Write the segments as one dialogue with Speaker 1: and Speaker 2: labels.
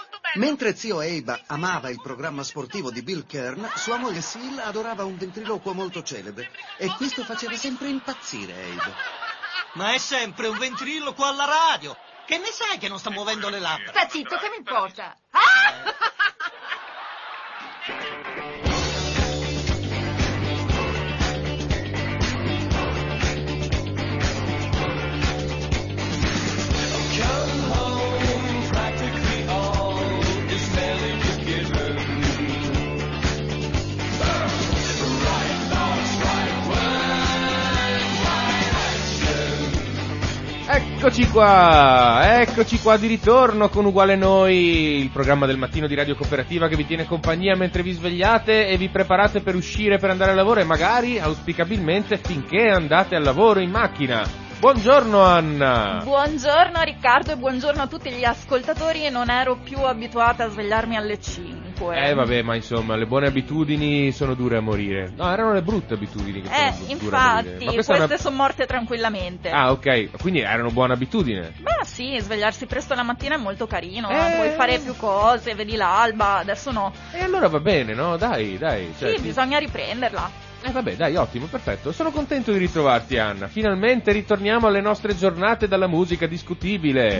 Speaker 1: Mentre zio Abe amava il programma sportivo di Bill Kern, sua moglie Sil adorava un ventriloquo molto celebre e questo faceva sempre impazzire Abe.
Speaker 2: Ma è sempre un ventriloquo alla radio. Che ne sai che non sta muovendo le labbra?
Speaker 3: Sta zitto, che mi importa?
Speaker 4: Eccoci qua di ritorno con Uguale Noi, il programma del mattino di Radio Cooperativa che vi tiene compagnia mentre vi svegliate e vi preparate per uscire per andare al lavoro e magari, auspicabilmente, finché andate al lavoro in macchina. Buongiorno Anna!
Speaker 3: Buongiorno Riccardo e buongiorno a tutti gli ascoltatori. Non ero più abituata a svegliarmi alle 5.
Speaker 4: Vabbè, ma insomma, le buone abitudini sono dure a morire. No, erano le brutte abitudini che sono dure a morire.
Speaker 3: Infatti, queste sono morte tranquillamente.
Speaker 4: Ah, ok, quindi erano buone abitudini.
Speaker 3: Beh sì, svegliarsi presto la mattina è molto carino, puoi fare più cose, vedi l'alba, adesso no.
Speaker 4: E allora va bene, no? Dai.
Speaker 3: Sì, bisogna riprenderla.
Speaker 4: Vabbè, dai, ottimo, perfetto. Sono contento di ritrovarti, Anna. Finalmente ritorniamo alle nostre giornate dalla musica discutibile.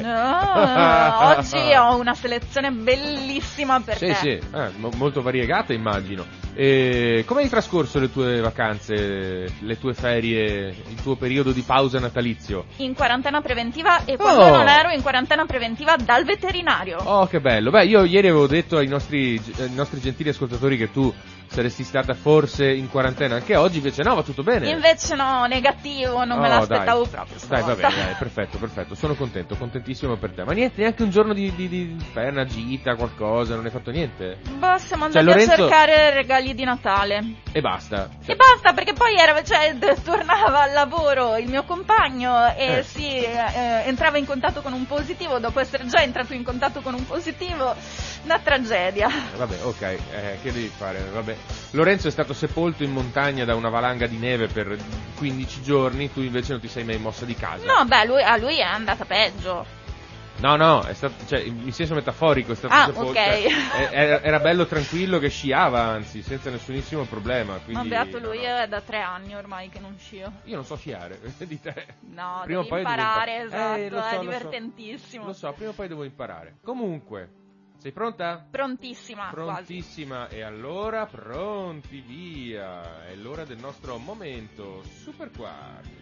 Speaker 3: No, oggi ho una selezione bellissima per te.
Speaker 4: Sì, molto variegata, immagino. Come hai trascorso le tue vacanze, le tue ferie, il tuo periodo di pausa natalizio?
Speaker 3: In quarantena preventiva e quando non ero in quarantena preventiva dal veterinario.
Speaker 4: Oh, che bello. Beh, io ieri avevo detto ai nostri gentili ascoltatori che tu saresti stata forse in quarantena anche oggi, invece no, va tutto bene.
Speaker 3: Invece no, negativo, non me l'aspettavo proprio stavolta.
Speaker 4: Dai, va bene, perfetto, sono contentissimo per te. Ma neanche un giorno di fai una gita, qualcosa, non hai fatto niente?
Speaker 3: Boh, siamo andati a cercare regali di Natale.
Speaker 4: E basta.
Speaker 3: E basta, perché poi tornava al lavoro il mio compagno e entrava in contatto con un positivo, dopo essere già entrato in contatto con un positivo, una tragedia.
Speaker 4: Vabbè, ok, che devi fare? Vabbè. Lorenzo è stato sepolto in montagna da una valanga di neve per 15 giorni, tu invece non ti sei mai mossa di casa.
Speaker 3: No, beh, a lui è andata peggio.
Speaker 4: No, è stato, in senso metaforico è stato sepolto.
Speaker 3: Ok.
Speaker 4: Era bello tranquillo che sciava, anzi, senza nessunissimo problema.
Speaker 3: Ma beato lui, è da 3 anni ormai che non scio.
Speaker 4: Io non so sciare, di te.
Speaker 3: No, prima devi imparare, esatto, è divertentissimo.
Speaker 4: Lo so, prima o poi devo imparare. Comunque, sei pronta?
Speaker 3: Prontissima,
Speaker 4: quasi. E allora pronti, via. È l'ora del nostro momento Super Quark.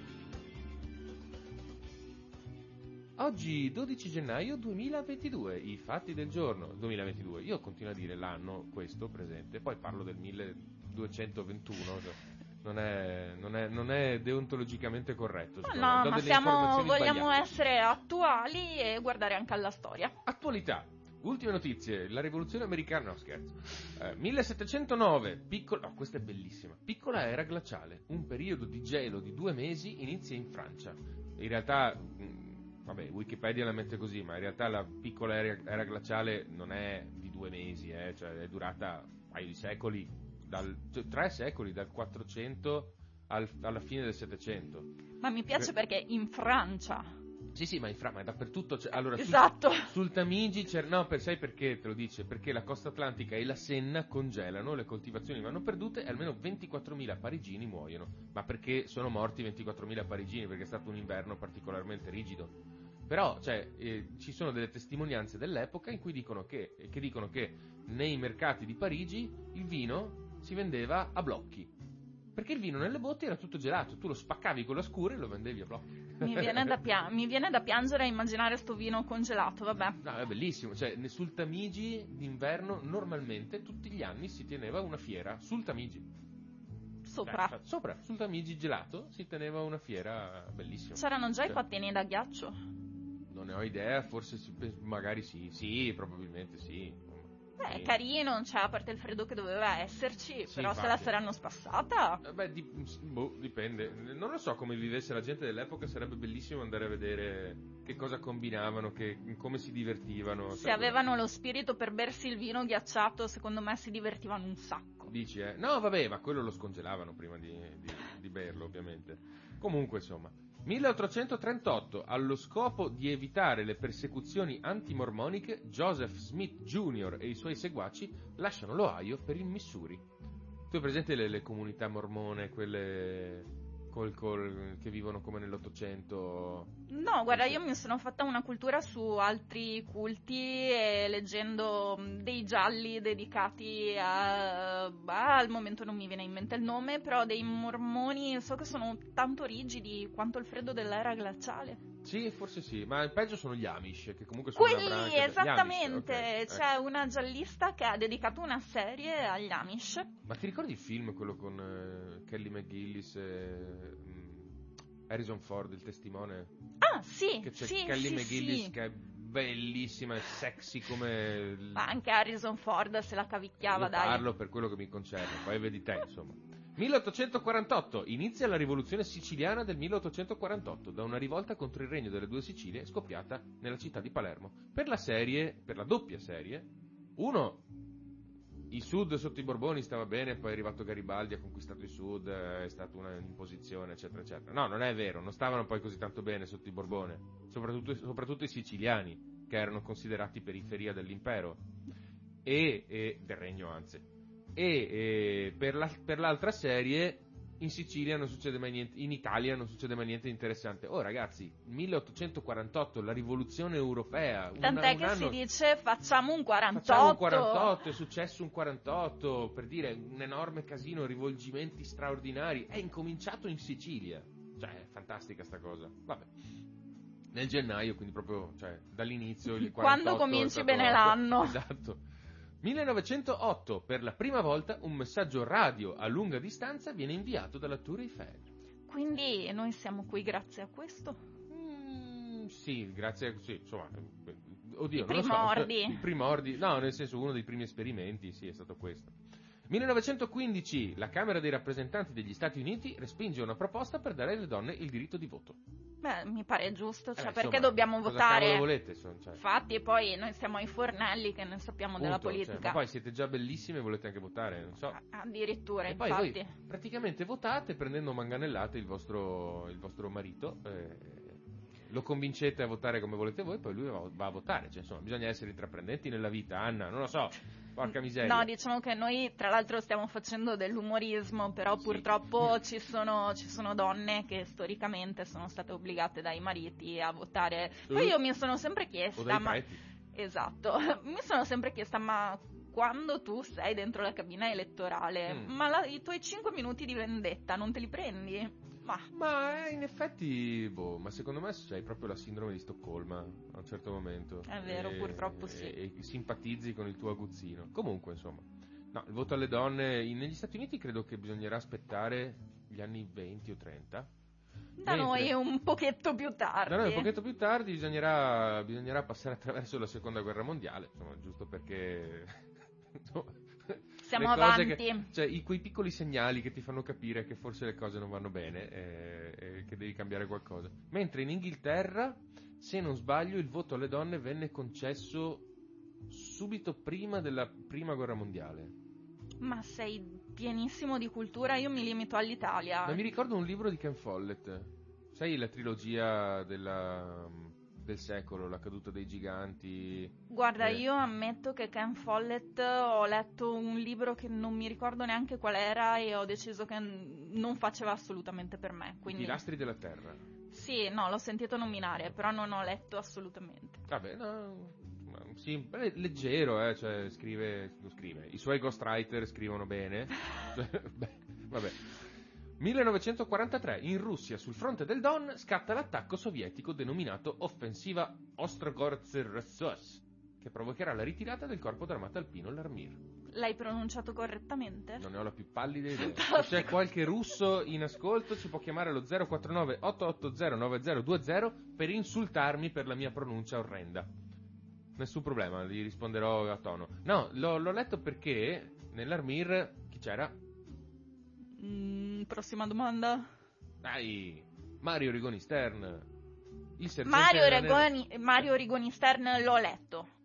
Speaker 4: Oggi 12 gennaio 2022, i fatti del giorno 2022. Io continuo a dire l'anno questo presente, poi parlo del 1221. Non è deontologicamente corretto.
Speaker 3: No, ma vogliamo essere attuali e guardare anche alla storia.
Speaker 4: Attualità. Ultime notizie, la rivoluzione americana, no scherzo, 1709, questa è bellissima, piccola era glaciale, un periodo di gelo di 2 mesi inizia in Francia. In realtà, Wikipedia la mette così, ma in realtà la piccola era glaciale non è di 2 mesi, cioè è durata un paio di secoli, 3 secoli, dal 400 alla fine del 700.
Speaker 3: Ma mi piace perché in Francia...
Speaker 4: Sì, ma è dappertutto. Allora,
Speaker 3: esatto.
Speaker 4: Sul Tamigi sai perché te lo dice? Perché la costa atlantica e la Senna congelano, le coltivazioni vanno perdute e almeno 24.000 parigini muoiono. Ma perché sono morti 24.000 parigini? Perché è stato un inverno particolarmente rigido. Però, ci sono delle testimonianze dell'epoca in cui dicono che nei mercati di Parigi il vino si vendeva a blocchi. Perché il vino nelle botti era tutto gelato, tu lo spaccavi con la scura e lo vendevi a blocchi.
Speaker 3: Mi viene da piangere a immaginare sto vino congelato, vabbè.
Speaker 4: No, è bellissimo, sul Tamigi d'inverno normalmente tutti gli anni si teneva una fiera sul Tamigi.
Speaker 3: Sopra,
Speaker 4: sul Tamigi gelato si teneva una fiera bellissima.
Speaker 3: C'erano già i pattini da ghiaccio?
Speaker 4: Non ne ho idea, forse magari sì, probabilmente sì.
Speaker 3: È carino, a parte il freddo che doveva esserci,
Speaker 4: sì,
Speaker 3: però
Speaker 4: infatti.
Speaker 3: Se la saranno spassata.
Speaker 4: Dipende. Non lo so come vivesse la gente dell'epoca, sarebbe bellissimo andare a vedere che cosa combinavano, come si divertivano.
Speaker 3: Se avevano lo spirito per bersi il vino ghiacciato, secondo me si divertivano un sacco.
Speaker 4: Dici, No, vabbè, ma quello lo scongelavano prima di berlo, ovviamente. Comunque, insomma. 1838, allo scopo di evitare le persecuzioni antimormoniche, Joseph Smith Jr. e i suoi seguaci lasciano l'Ohio per il Missouri. Tu hai presente le comunità mormone, quelle che vivono come nell'Ottocento?
Speaker 3: No, guarda, io mi sono fatta una cultura su altri culti e leggendo dei gialli dedicati al momento non mi viene in mente il nome, però dei mormoni, so che sono tanto rigidi quanto il freddo dell'era glaciale.
Speaker 4: Sì, forse sì, ma il peggio sono gli Amish, che comunque sono
Speaker 3: Quelli,
Speaker 4: una branca
Speaker 3: esattamente,
Speaker 4: gli Amish, ok,
Speaker 3: c'è una giallista che ha dedicato una serie agli Amish.
Speaker 4: Ma ti ricordi il film, quello con Kelly McGillis e Harrison Ford, il testimone?
Speaker 3: Ah, sì,
Speaker 4: Che c'è
Speaker 3: sì,
Speaker 4: Kelly
Speaker 3: sì,
Speaker 4: McGillis
Speaker 3: sì.
Speaker 4: che è bellissima e sexy come...
Speaker 3: Ma anche Harrison Ford se la cavicchiava,
Speaker 4: Io
Speaker 3: dai.
Speaker 4: parlo per quello che mi concerne, poi vedi te, insomma. 1848, inizia la rivoluzione siciliana del 1848, da una rivolta contro il regno delle due Sicilie scoppiata nella città di Palermo. Per la doppia serie, uno, il sud sotto i Borboni stava bene, poi è arrivato Garibaldi, ha conquistato il sud, è stata un'imposizione, eccetera, eccetera. No, non è vero, non stavano poi così tanto bene sotto i Borbone, soprattutto i siciliani, che erano considerati periferia dell'impero, e del regno, anzi. E per l'altra serie in Sicilia non succede mai niente, in Italia non succede mai niente di interessante. Oh ragazzi, 1848, la rivoluzione europea.
Speaker 3: Tant'è che si dice facciamo un 48.
Speaker 4: Facciamo un 48, è successo un 48, per dire un enorme casino, rivolgimenti straordinari. È incominciato in Sicilia. Cioè, è fantastica sta cosa. Vabbè. Nel gennaio, quindi proprio, cioè, dall'inizio il 48.
Speaker 3: Quando cominci bene l'anno.
Speaker 4: Esatto. 1908, per la prima volta un messaggio radio a lunga distanza viene inviato dalla Tour Eiffel.
Speaker 3: Quindi noi siamo qui grazie a questo?
Speaker 4: Sì, grazie, sì, insomma, oddio,
Speaker 3: I
Speaker 4: non lo
Speaker 3: primordi.
Speaker 4: so, i primordi, no, nel senso uno dei primi esperimenti, sì, è stato questo. 1915, la Camera dei rappresentanti degli Stati Uniti respinge una proposta per dare alle donne il diritto di voto.
Speaker 3: Beh, mi pare giusto, cioè
Speaker 4: Insomma,
Speaker 3: perché dobbiamo
Speaker 4: cosa
Speaker 3: votare?
Speaker 4: cavolo volete, cioè.
Speaker 3: Infatti, e poi noi siamo ai fornelli che ne sappiamo della
Speaker 4: Punto,
Speaker 3: politica.
Speaker 4: ma poi siete già bellissime e volete anche votare, non so.
Speaker 3: Addirittura,
Speaker 4: E poi
Speaker 3: infatti.
Speaker 4: voi praticamente votate prendendo manganellate il vostro marito, lo convincete a votare come volete voi, poi lui va a votare. Cioè, insomma, bisogna essere intraprendenti nella vita, Anna, non lo so, porca miseria.
Speaker 3: No, diciamo che noi tra l'altro stiamo facendo dell'umorismo, però
Speaker 4: Sì.
Speaker 3: Purtroppo ci sono donne che storicamente sono state obbligate dai mariti a votare. Poi io mi sono sempre
Speaker 4: O
Speaker 3: chiesta,
Speaker 4: dai
Speaker 3: ma
Speaker 4: preti.
Speaker 3: esatto, mi sono sempre chiesta, ma quando tu sei dentro la cabina elettorale, i tuoi 5 minuti di vendetta non te li prendi?
Speaker 4: Ma in effetti, ma secondo me c'hai proprio la sindrome di Stoccolma a un certo momento.
Speaker 3: È vero, purtroppo sì.
Speaker 4: E simpatizzi con il tuo aguzzino. Comunque, insomma, no, il voto alle donne negli Stati Uniti credo che bisognerà aspettare gli anni 20 o 30.
Speaker 3: Da noi un pochetto più tardi.
Speaker 4: Da noi un pochetto più tardi bisognerà passare attraverso la seconda guerra mondiale, insomma, giusto perché...
Speaker 3: Siamo avanti.
Speaker 4: Quei piccoli segnali che ti fanno capire che forse le cose non vanno bene e che devi cambiare qualcosa. Mentre in Inghilterra, se non sbaglio, il voto alle donne venne concesso subito prima della prima guerra mondiale.
Speaker 3: Ma sei pienissimo di cultura, io mi limito all'Italia.
Speaker 4: Ma mi ricordo un libro di Ken Follett, sai la trilogia del secolo, la caduta dei giganti.
Speaker 3: Guarda, io ammetto che Ken Follett ho letto un libro che non mi ricordo neanche qual era e ho deciso che non faceva assolutamente per me. Quindi...
Speaker 4: I pilastri della terra.
Speaker 3: Sì, no, l'ho sentito nominare, però non ho letto assolutamente.
Speaker 4: Vabbè, no, sì, leggero, cioè lo scrive. I suoi ghostwriter scrivono bene. Beh, vabbè. 1943, in Russia, sul fronte del Don, scatta l'attacco sovietico denominato Offensiva Ostrogozhsk, che provocherà la ritirata del corpo d'armata alpino, l'Armir.
Speaker 3: L'hai pronunciato correttamente?
Speaker 4: Non ne ho la più pallida idea. Se c'è qualche russo in ascolto, ci può chiamare allo 049 880 9020 per insultarmi per la mia pronuncia orrenda. Nessun problema, gli risponderò a tono. No, l'ho letto perché nell'Armir chi c'era?
Speaker 3: Prossima domanda.
Speaker 4: Dai, Mario Rigoni Stern. Il sergente
Speaker 3: Mario Rigoni Stern l'ho letto.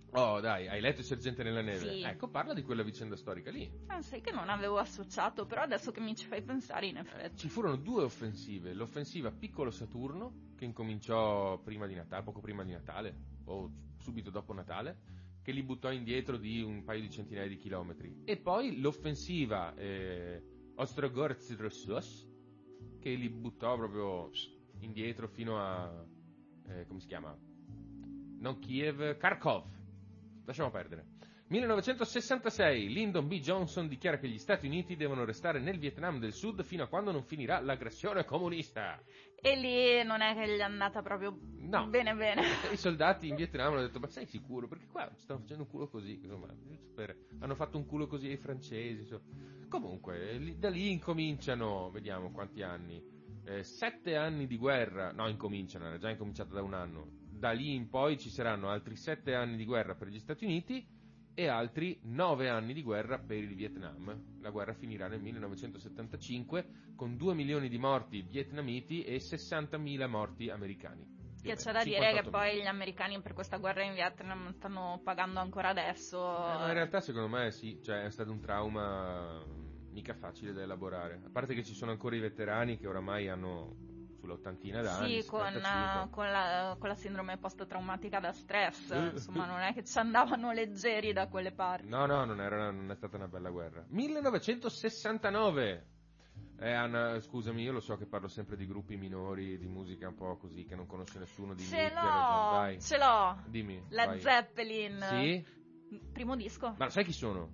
Speaker 4: Oh, dai, hai letto Il sergente nella neve?
Speaker 3: Sì.
Speaker 4: Ecco, parla di quella vicenda storica lì.
Speaker 3: Sai che non avevo associato, però adesso che mi ci fai pensare, in effetti.
Speaker 4: Ci furono 2 offensive. L'offensiva Piccolo Saturno, che incominciò prima di Natale, poco prima di Natale, o subito dopo Natale, che li buttò indietro di un paio di centinaia di chilometri. E poi l'offensiva Ostrogorsk-Rossos, che li buttò proprio indietro fino a... come si chiama? Non Kiev, Kharkov. Lasciamo perdere. 1966, Lyndon B. Johnson dichiara che gli Stati Uniti devono restare nel Vietnam del Sud fino a quando non finirà l'aggressione comunista.
Speaker 3: E lì non è che gli è andata proprio bene.
Speaker 4: I soldati in Vietnam hanno detto: ma sei sicuro? Perché qua stanno facendo un culo così, insomma, hanno fatto un culo così ai francesi, insomma. Comunque, da lì incominciano, vediamo quanti anni, 7 anni di guerra, no, era già incominciata da un anno. Da lì in poi ci saranno altri 7 anni di guerra per gli Stati Uniti e altri 9 anni di guerra per il Vietnam. La guerra finirà nel 1975 con 2 milioni di morti vietnamiti e 60.000 morti americani.
Speaker 3: Che c'è da dire che poi gli americani per questa guerra in Vietnam stanno pagando ancora adesso.
Speaker 4: Ma in realtà secondo me sì, cioè è stato un trauma mica facile da elaborare. A parte che ci sono ancora i veterani che oramai hanno sull'80 d'anni.
Speaker 3: Sì, con la sindrome post-traumatica da stress, insomma non è che ci andavano leggeri da quelle parti.
Speaker 4: No, non è stata una bella guerra. 1969. Anna, scusami, io lo so che parlo sempre di gruppi minori, di musica un po' così, che non conosce nessuno di
Speaker 3: Ce l'ho!
Speaker 4: Dimmi.
Speaker 3: Led Zeppelin.
Speaker 4: Sì?
Speaker 3: Primo disco.
Speaker 4: Ma sai chi sono?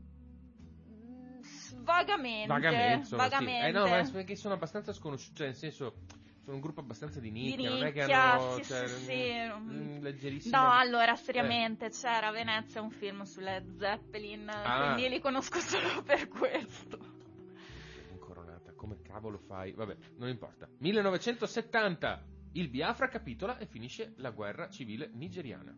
Speaker 3: Vagamente.
Speaker 4: Sì. No, ma perché sono abbastanza sconosciuti, cioè nel senso... Sono un gruppo abbastanza di nicchia, non è che hanno leggerissimo.
Speaker 3: No, allora seriamente c'era a Venezia un film su Led Zeppelin, quindi li conosco solo per questo.
Speaker 4: Incoronata, come cavolo fai? Vabbè, non importa. 1970, il Biafra capitola e finisce la guerra civile nigeriana.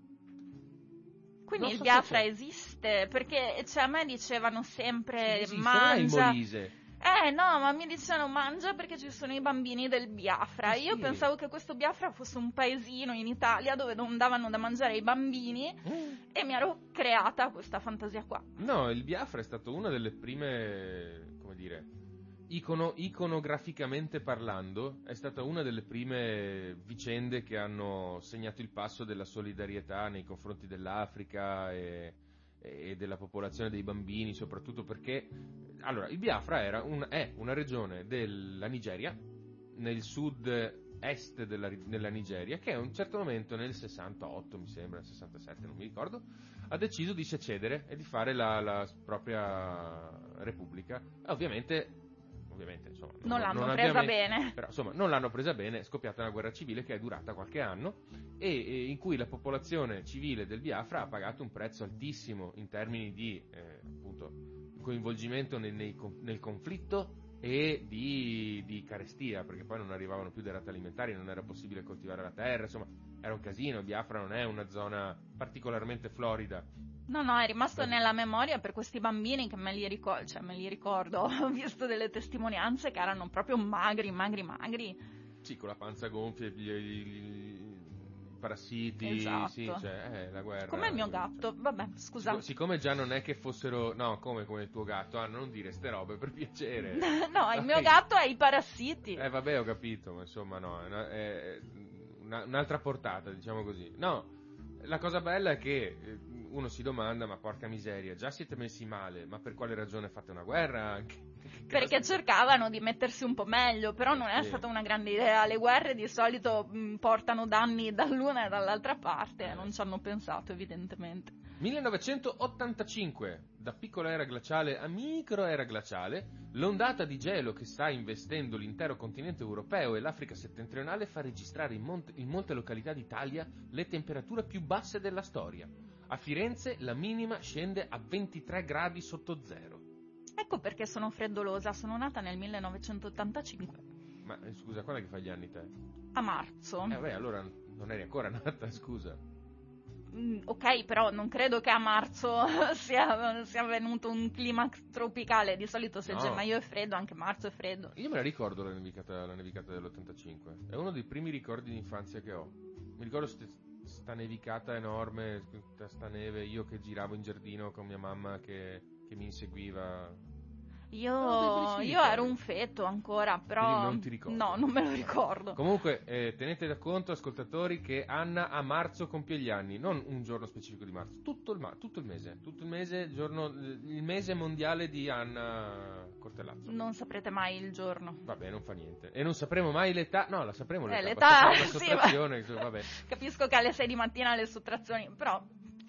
Speaker 3: Quindi il Biafra esiste, perché a me dicevano sempre
Speaker 4: mangia. Non è il Molise.
Speaker 3: No, ma mi dicevano mangia perché ci sono i bambini del Biafra. Io pensavo che questo Biafra fosse un paesino in Italia dove non davano da mangiare ai bambini e mi ero creata questa fantasia qua.
Speaker 4: No, il Biafra è stato una delle prime, come dire, iconograficamente parlando, è stata una delle prime vicende che hanno segnato il passo della solidarietà nei confronti dell'Africa e della popolazione dei bambini, soprattutto perché allora il Biafra è una regione della Nigeria, nel sud-est della Nigeria, che a un certo momento nel 68, mi sembra, nel 67, non mi ricordo, ha deciso di secedere e di fare la propria repubblica. Ovviamente insomma,
Speaker 3: non l'hanno presa bene.
Speaker 4: Però insomma non l'hanno presa bene, è scoppiata una guerra civile che è durata qualche anno e in cui la popolazione civile del Biafra ha pagato un prezzo altissimo in termini di appunto coinvolgimento nel conflitto e di carestia, perché poi non arrivavano più derrate alimentari, non era possibile coltivare la terra, insomma era un casino. Il Biafra non è una zona particolarmente florida.
Speaker 3: No, è rimasto nella memoria per questi bambini che me li ricordo, ho visto delle testimonianze che erano proprio magri.
Speaker 4: Sì, con la panza gonfia, i parassiti,
Speaker 3: esatto.
Speaker 4: Sì, cioè, la guerra.
Speaker 3: Come il mio gatto, vabbè, scusa.
Speaker 4: Siccome già non è che fossero, no, come il tuo gatto, non dire ste robe, per piacere.
Speaker 3: No, il mio gatto ha i parassiti.
Speaker 4: Vabbè, ho capito, ma insomma no, è un'altra portata, diciamo così. No, la cosa bella è che uno si domanda, ma porca miseria, già siete messi male, ma per quale ragione fate una guerra anche?
Speaker 3: Perché cercavano di mettersi un po' meglio, però non è stata una grande idea. Le guerre di solito portano danni dall'una e dall'altra parte, non ci hanno pensato evidentemente.
Speaker 4: 1985, da piccola era glaciale a microera glaciale, l'ondata di gelo che sta investendo l'intero continente europeo e l'Africa settentrionale fa registrare in molte località d'Italia le temperature più basse della storia. A Firenze la minima scende a 23 gradi sotto zero.
Speaker 3: Ecco perché sono freddolosa, sono nata nel 1985.
Speaker 4: Ma scusa, quando è che fai gli anni te?
Speaker 3: A marzo.
Speaker 4: Beh, allora non eri ancora nata, scusa.
Speaker 3: Ok, però non credo che a marzo sia venuto un clima tropicale. Di solito se gennaio è freddo, anche marzo è freddo.
Speaker 4: Io me la ricordo la nevicata dell'85. È uno dei primi ricordi di infanzia che ho. Mi ricordo sta nevicata enorme, sta neve, io che giravo in giardino con mia mamma che mi inseguiva.
Speaker 3: Io ero un feto ancora, però
Speaker 4: non ti ricordo.
Speaker 3: No, non me lo ricordo.
Speaker 4: Comunque, tenete da conto, ascoltatori, che Anna a marzo compie gli anni, non un giorno specifico di marzo, tutto il mese, il mese mondiale di Anna Cortellazzo.
Speaker 3: Non saprete mai il giorno.
Speaker 4: Vabbè, non fa niente. E non sapremo mai l'età, no, la sapremo l'età.
Speaker 3: L'età,
Speaker 4: la sottrazione,
Speaker 3: sì,
Speaker 4: vabbè.
Speaker 3: Capisco che alle 6 di mattina le sottrazioni, però...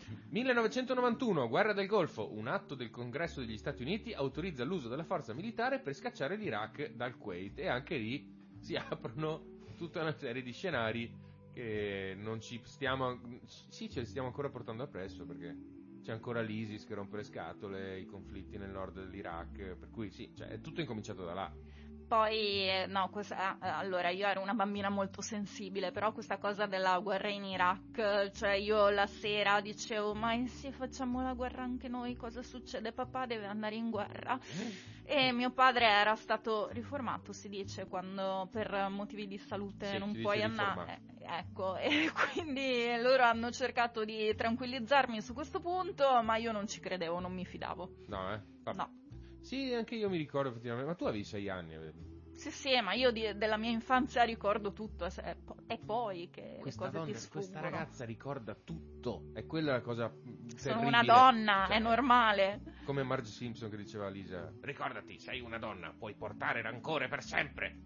Speaker 4: 1991, guerra del Golfo, un atto del Congresso degli Stati Uniti autorizza l'uso della forza militare per scacciare l'Iraq dal Kuwait, e anche lì si aprono tutta una serie di scenari che non ci stiamo, sì, ce li stiamo ancora portando appresso, perché c'è ancora l'ISIS che rompe le scatole, i conflitti nel nord dell'Iraq, per cui sì, cioè, è tutto incominciato da là.
Speaker 3: Poi, no, allora io ero una bambina molto sensibile, però questa cosa della guerra in Iraq, cioè io la sera dicevo, ma se facciamo la guerra anche noi, cosa succede? Papà deve andare in guerra. E mio padre era stato riformato, si dice, quando per motivi di salute
Speaker 4: sì,
Speaker 3: non puoi andare.
Speaker 4: Riformato.
Speaker 3: Ecco, e quindi loro hanno cercato di tranquillizzarmi su questo punto, ma io non ci credevo, non mi fidavo.
Speaker 4: No, vabbè.
Speaker 3: No.
Speaker 4: Sì, anche io mi ricordo effettivamente, ma tu avevi 6 anni, avevi.
Speaker 3: Sì, ma io della mia infanzia ricordo tutto, è poi che
Speaker 4: Questa
Speaker 3: le cose
Speaker 4: donna,
Speaker 3: ti sfuggono.
Speaker 4: questa ragazza ricorda tutto, è quella la cosa terribile.
Speaker 3: Sono una donna,
Speaker 4: cioè,
Speaker 3: è normale.
Speaker 4: Come Marge Simpson che diceva a Lisa, ricordati, sei una donna, puoi portare rancore per sempre.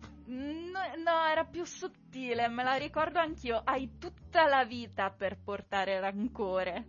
Speaker 3: No, era più sottile, me la ricordo anch'io, hai tutta la vita per portare rancore.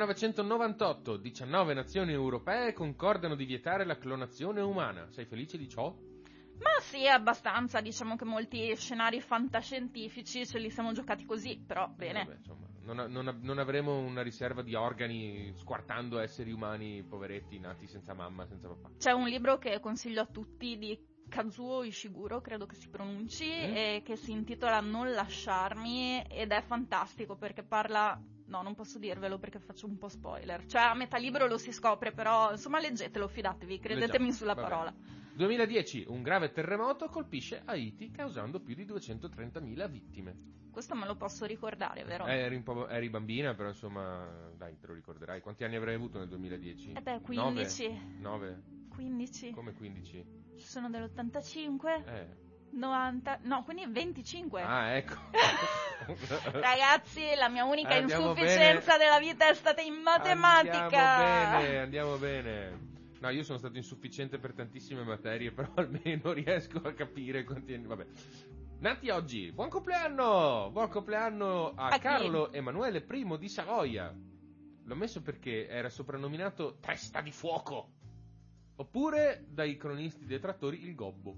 Speaker 4: 1998, 19 nazioni europee concordano di vietare la clonazione umana. Sei felice di ciò?
Speaker 3: Ma sì, abbastanza, diciamo che molti scenari fantascientifici ce li siamo giocati così, però bene.
Speaker 4: Vabbè, insomma, non avremo una riserva di organi squartando esseri umani poveretti nati senza mamma, senza papà.
Speaker 3: C'è un libro che consiglio a tutti di Kazuo Ishiguro, credo che si pronunci, e che si intitola Non lasciarmi, ed è fantastico perché parla... No, non posso dirvelo perché faccio un po' spoiler. Cioè, a metà libro lo si scopre, però, insomma, leggetelo, fidatevi, credetemi sulla parola.
Speaker 4: 2010, un grave terremoto colpisce Haiti, causando più di 230.000 vittime.
Speaker 3: Questo me lo posso ricordare, vero?
Speaker 4: Eri bambina, però, insomma, dai, te lo ricorderai. Quanti anni avrai avuto nel 2010?
Speaker 3: 15.
Speaker 4: 9?
Speaker 3: 15.
Speaker 4: Come 15?
Speaker 3: Sono dell'85. 90, no, quindi 25.
Speaker 4: Ah, ecco.
Speaker 3: Ragazzi, la mia unica insufficienza della vita è stata in matematica.
Speaker 4: Andiamo bene. No, io sono stato insufficiente per tantissime materie, però almeno riesco a capire quanti anni. Vabbè. Nati oggi, buon compleanno a Carlo Emanuele I di Savoia. L'ho messo perché era soprannominato Testa di Fuoco, oppure dai cronisti detrattori il Gobbo.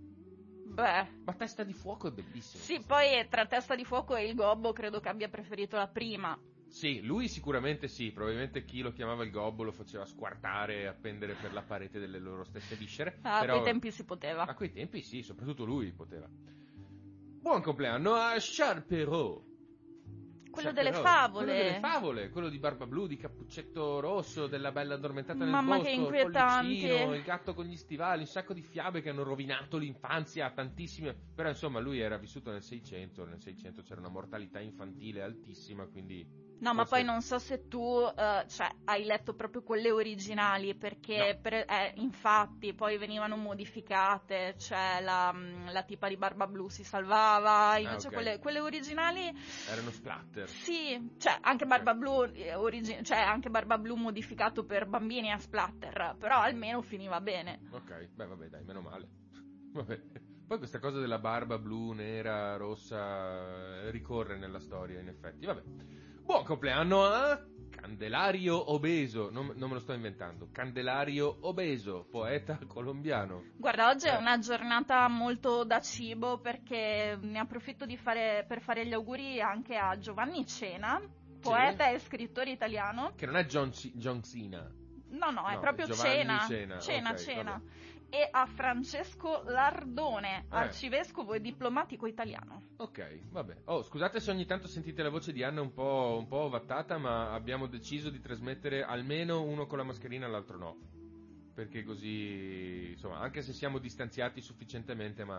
Speaker 3: Beh,
Speaker 4: ma Testa di Fuoco è bellissimo.
Speaker 3: Sì, poi tra Testa di Fuoco e il Gobbo credo che abbia preferito la prima.
Speaker 4: Sì, lui sicuramente sì, probabilmente chi lo chiamava il Gobbo lo faceva squartare e appendere per la parete delle loro stesse viscere.
Speaker 3: A quei tempi si poteva.
Speaker 4: A quei tempi sì, soprattutto lui poteva. Buon compleanno a Charles Perrault.
Speaker 3: Quello delle favole.
Speaker 4: Quello delle favole, quello di Barba Blu, di Cappuccetto Rosso, della Bella Addormentata nel
Speaker 3: Mamma
Speaker 4: bosco,
Speaker 3: che inquietante.
Speaker 4: il Pollicino, il gatto con gli stivali, un sacco di fiabe che hanno rovinato l'infanzia a tantissime. Però insomma lui era vissuto nel 600 c'era una mortalità infantile altissima, quindi...
Speaker 3: No, ma poi non so se tu hai letto proprio quelle originali, perché
Speaker 4: no.
Speaker 3: Infatti poi venivano modificate, cioè la tipa di Barba Blu si salvava, invece
Speaker 4: okay.
Speaker 3: quelle originali
Speaker 4: erano splatter.
Speaker 3: Sì, cioè anche Barba Blu anche Barba Blu modificato per bambini a splatter, però almeno finiva bene.
Speaker 4: Ok, beh vabbè dai, meno male. Vabbè. Poi questa cosa della barba blu, nera, rossa ricorre nella storia in effetti, vabbè. Buon compleanno a Candelario Obeso, non me lo sto inventando, Candelario Obeso, poeta colombiano.
Speaker 3: Guarda, oggi è una giornata molto da cibo, perché ne approfitto per fare gli auguri anche a Giovanni Cena, poeta e scrittore italiano.
Speaker 4: Che non è John Cena.
Speaker 3: No, è proprio
Speaker 4: Cena.
Speaker 3: Cena.
Speaker 4: Vabbè.
Speaker 3: E a Francesco Lardone, arcivescovo e diplomatico italiano.
Speaker 4: Ok, vabbè. Oh, scusate se ogni tanto sentite la voce di Anna un po' ovattata, ma abbiamo deciso di trasmettere almeno uno con la mascherina e l'altro no. Perché così, insomma, anche se siamo distanziati sufficientemente, ma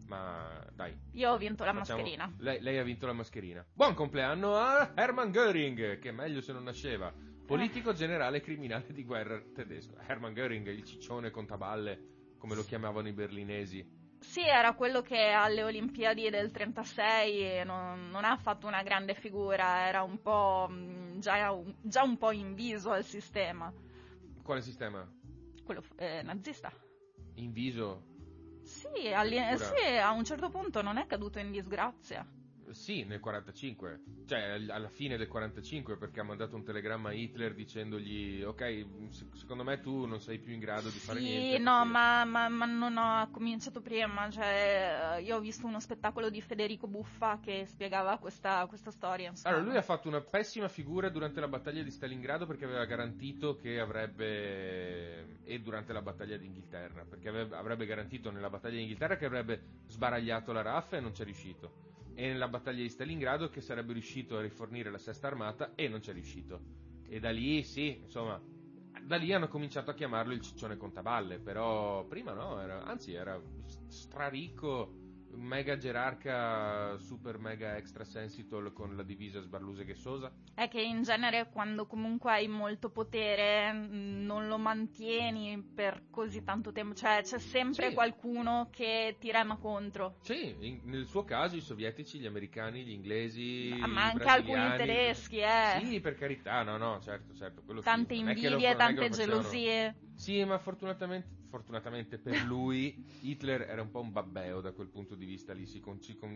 Speaker 4: Ma dai.
Speaker 3: Io ho vinto la mascherina.
Speaker 4: Lei ha vinto la mascherina. Buon compleanno a Hermann Göring, che meglio se non nasceva. Politico generale criminale di guerra tedesco. Hermann Göring, il ciccione contaballe, come lo chiamavano i berlinesi.
Speaker 3: Sì, era quello che alle Olimpiadi del 36 non ha fatto una grande figura, era un po' già un po' inviso al sistema.
Speaker 4: Quale sistema?
Speaker 3: Quello nazista.
Speaker 4: Inviso?
Speaker 3: Sì, sì, a un certo punto non è caduto in disgrazia.
Speaker 4: Sì, nel 45, cioè alla fine del 45, perché ha mandato un telegramma a Hitler dicendogli ok, secondo me tu non sei più in grado di fare niente.
Speaker 3: Sì, no, ma non ho cominciato prima, cioè io ho visto uno spettacolo di Federico Buffa che spiegava questa storia. Insomma.
Speaker 4: Allora, lui ha fatto una pessima figura durante la battaglia di Stalingrado perché aveva garantito che e durante la battaglia d'Inghilterra, perché avrebbe garantito nella battaglia d'Inghilterra che avrebbe sbaragliato la RAF e non c'è riuscito. E nella battaglia di Stalingrado che sarebbe riuscito a rifornire la Sesta Armata e non c'è riuscito. E da lì, sì, insomma, da lì hanno cominciato a chiamarlo il ciccione contaballe, però prima no, era straricco, mega gerarca, super mega extra sensitor con la divisa sbarluse ghesosa.
Speaker 3: È che in genere quando comunque hai molto potere non lo mantieni per così tanto tempo, cioè c'è sempre qualcuno che ti rema contro.
Speaker 4: Sì, nel suo caso i sovietici, gli americani, gli inglesi,
Speaker 3: ma anche alcuni tedeschi,
Speaker 4: Sì, per carità, no, certo, quello
Speaker 3: tante
Speaker 4: sì.
Speaker 3: invidie, tante gelosie.
Speaker 4: Sì, ma fortunatamente per lui Hitler era un po' un babbeo da quel punto di vista lì, si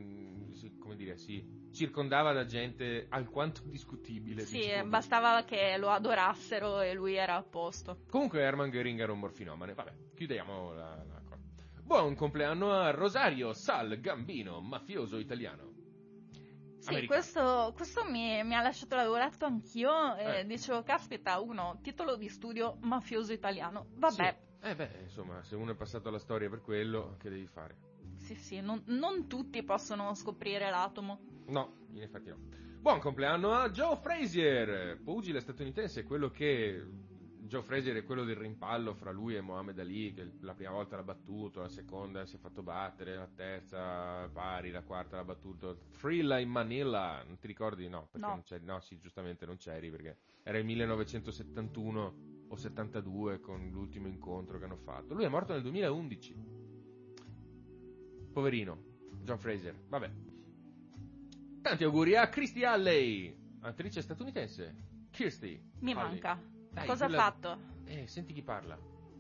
Speaker 4: circondava da gente alquanto discutibile.
Speaker 3: Sì,
Speaker 4: diciamo.
Speaker 3: bastava che lo adorassero e lui era a posto.
Speaker 4: Comunque Hermann Göring era un morfinomane. Vabbè, chiudiamo la cosa. Buon compleanno a Rosario Sal Gambino, mafioso italiano.
Speaker 3: Sì, questo mi ha lasciato, l'avevo letto anch'io e dicevo, caspita, titolo di studio mafioso italiano, vabbè.
Speaker 4: Sì. Insomma, se uno è passato alla storia per quello, che devi fare?
Speaker 3: Sì, non tutti possono scoprire l'atomo.
Speaker 4: No, in effetti no. Buon compleanno a Joe Frazier, pugile statunitense, quello che... Joe Frazier è quello del rimpallo fra lui e Muhammad Ali, che la prima volta l'ha battuto, la seconda si è fatto battere, la terza pari, la quarta l'ha battuto. Thrilla in Manila, non ti ricordi? No, perché non c'eri. No, sì, giustamente non c'eri, perché era il 1971 o 72 con l'ultimo incontro che hanno fatto. Lui è morto nel 2011. Poverino, John Frazier, vabbè. Tanti auguri a Kirstie Alley, attrice statunitense. Kirstie
Speaker 3: Mi
Speaker 4: Alley.
Speaker 3: Manca.
Speaker 4: Dai,
Speaker 3: cosa ha fatto?
Speaker 4: Senti chi parla.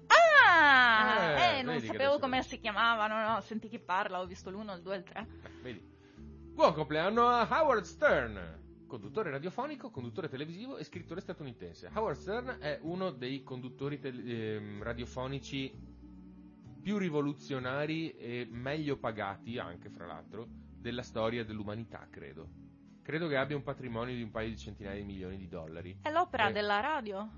Speaker 3: Non sapevo come si chiamavano, no, senti chi parla, ho visto l'1, il 2 e il 3.
Speaker 4: Vedi. Buon compleanno a Howard Stern, conduttore radiofonico, conduttore televisivo e scrittore statunitense. Howard Stern è uno dei conduttori radiofonici più rivoluzionari e meglio pagati, anche fra l'altro, della storia dell'umanità, credo. Credo che abbia un patrimonio di un paio di centinaia di milioni di dollari.
Speaker 3: È l'opera della radio?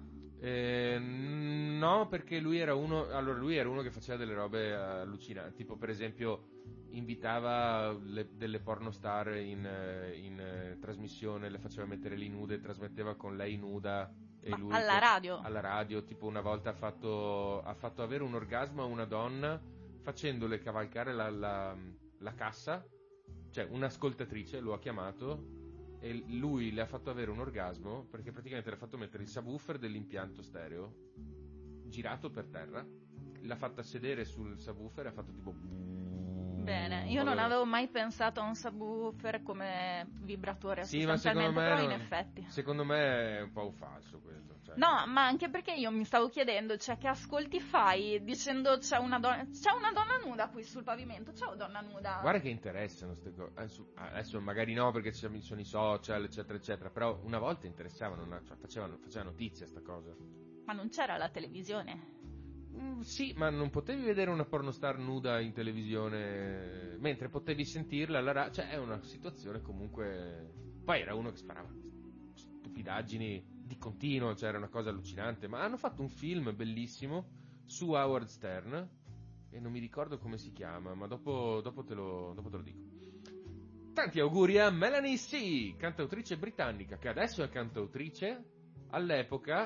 Speaker 4: No, perché lui era uno che faceva delle robe allucinanti, tipo per esempio invitava delle pornostar in trasmissione, le faceva mettere lì nude, trasmetteva con lei nuda e lui
Speaker 3: alla radio?
Speaker 4: Alla radio, tipo una volta ha fatto avere un orgasmo a una donna facendole cavalcare la cassa, cioè un'ascoltatrice lo ha chiamato e lui le ha fatto avere un orgasmo perché praticamente le ha fatto mettere il subwoofer dell'impianto stereo girato per terra, l'ha fatta sedere sul subwoofer e ha fatto tipo
Speaker 3: bene, io non avevo mai pensato a un subwoofer come vibratore
Speaker 4: sì, ma secondo me
Speaker 3: però in effetti
Speaker 4: secondo me è un po' un falso questo, cioè.
Speaker 3: No, ma anche perché io mi stavo chiedendo, cioè, che ascolti fai dicendo c'è una donna nuda qui sul pavimento, ciao donna nuda.
Speaker 4: Guarda che interessano queste cose, adesso magari no perché ci sono i social eccetera eccetera, però una volta interessavano, cioè, faceva notizia sta cosa.
Speaker 3: Ma non c'era la televisione?
Speaker 4: Sì, ma non potevi vedere una pornostar nuda in televisione mentre potevi sentirla alla radio, cioè è una situazione comunque. Poi era uno che sparava stupidaggini di continuo, cioè era una cosa allucinante, ma hanno fatto un film bellissimo su Howard Stern e non mi ricordo come si chiama, ma dopo te lo dico. Tanti auguri a Melanie C, cantautrice britannica, che adesso è cantautrice, all'epoca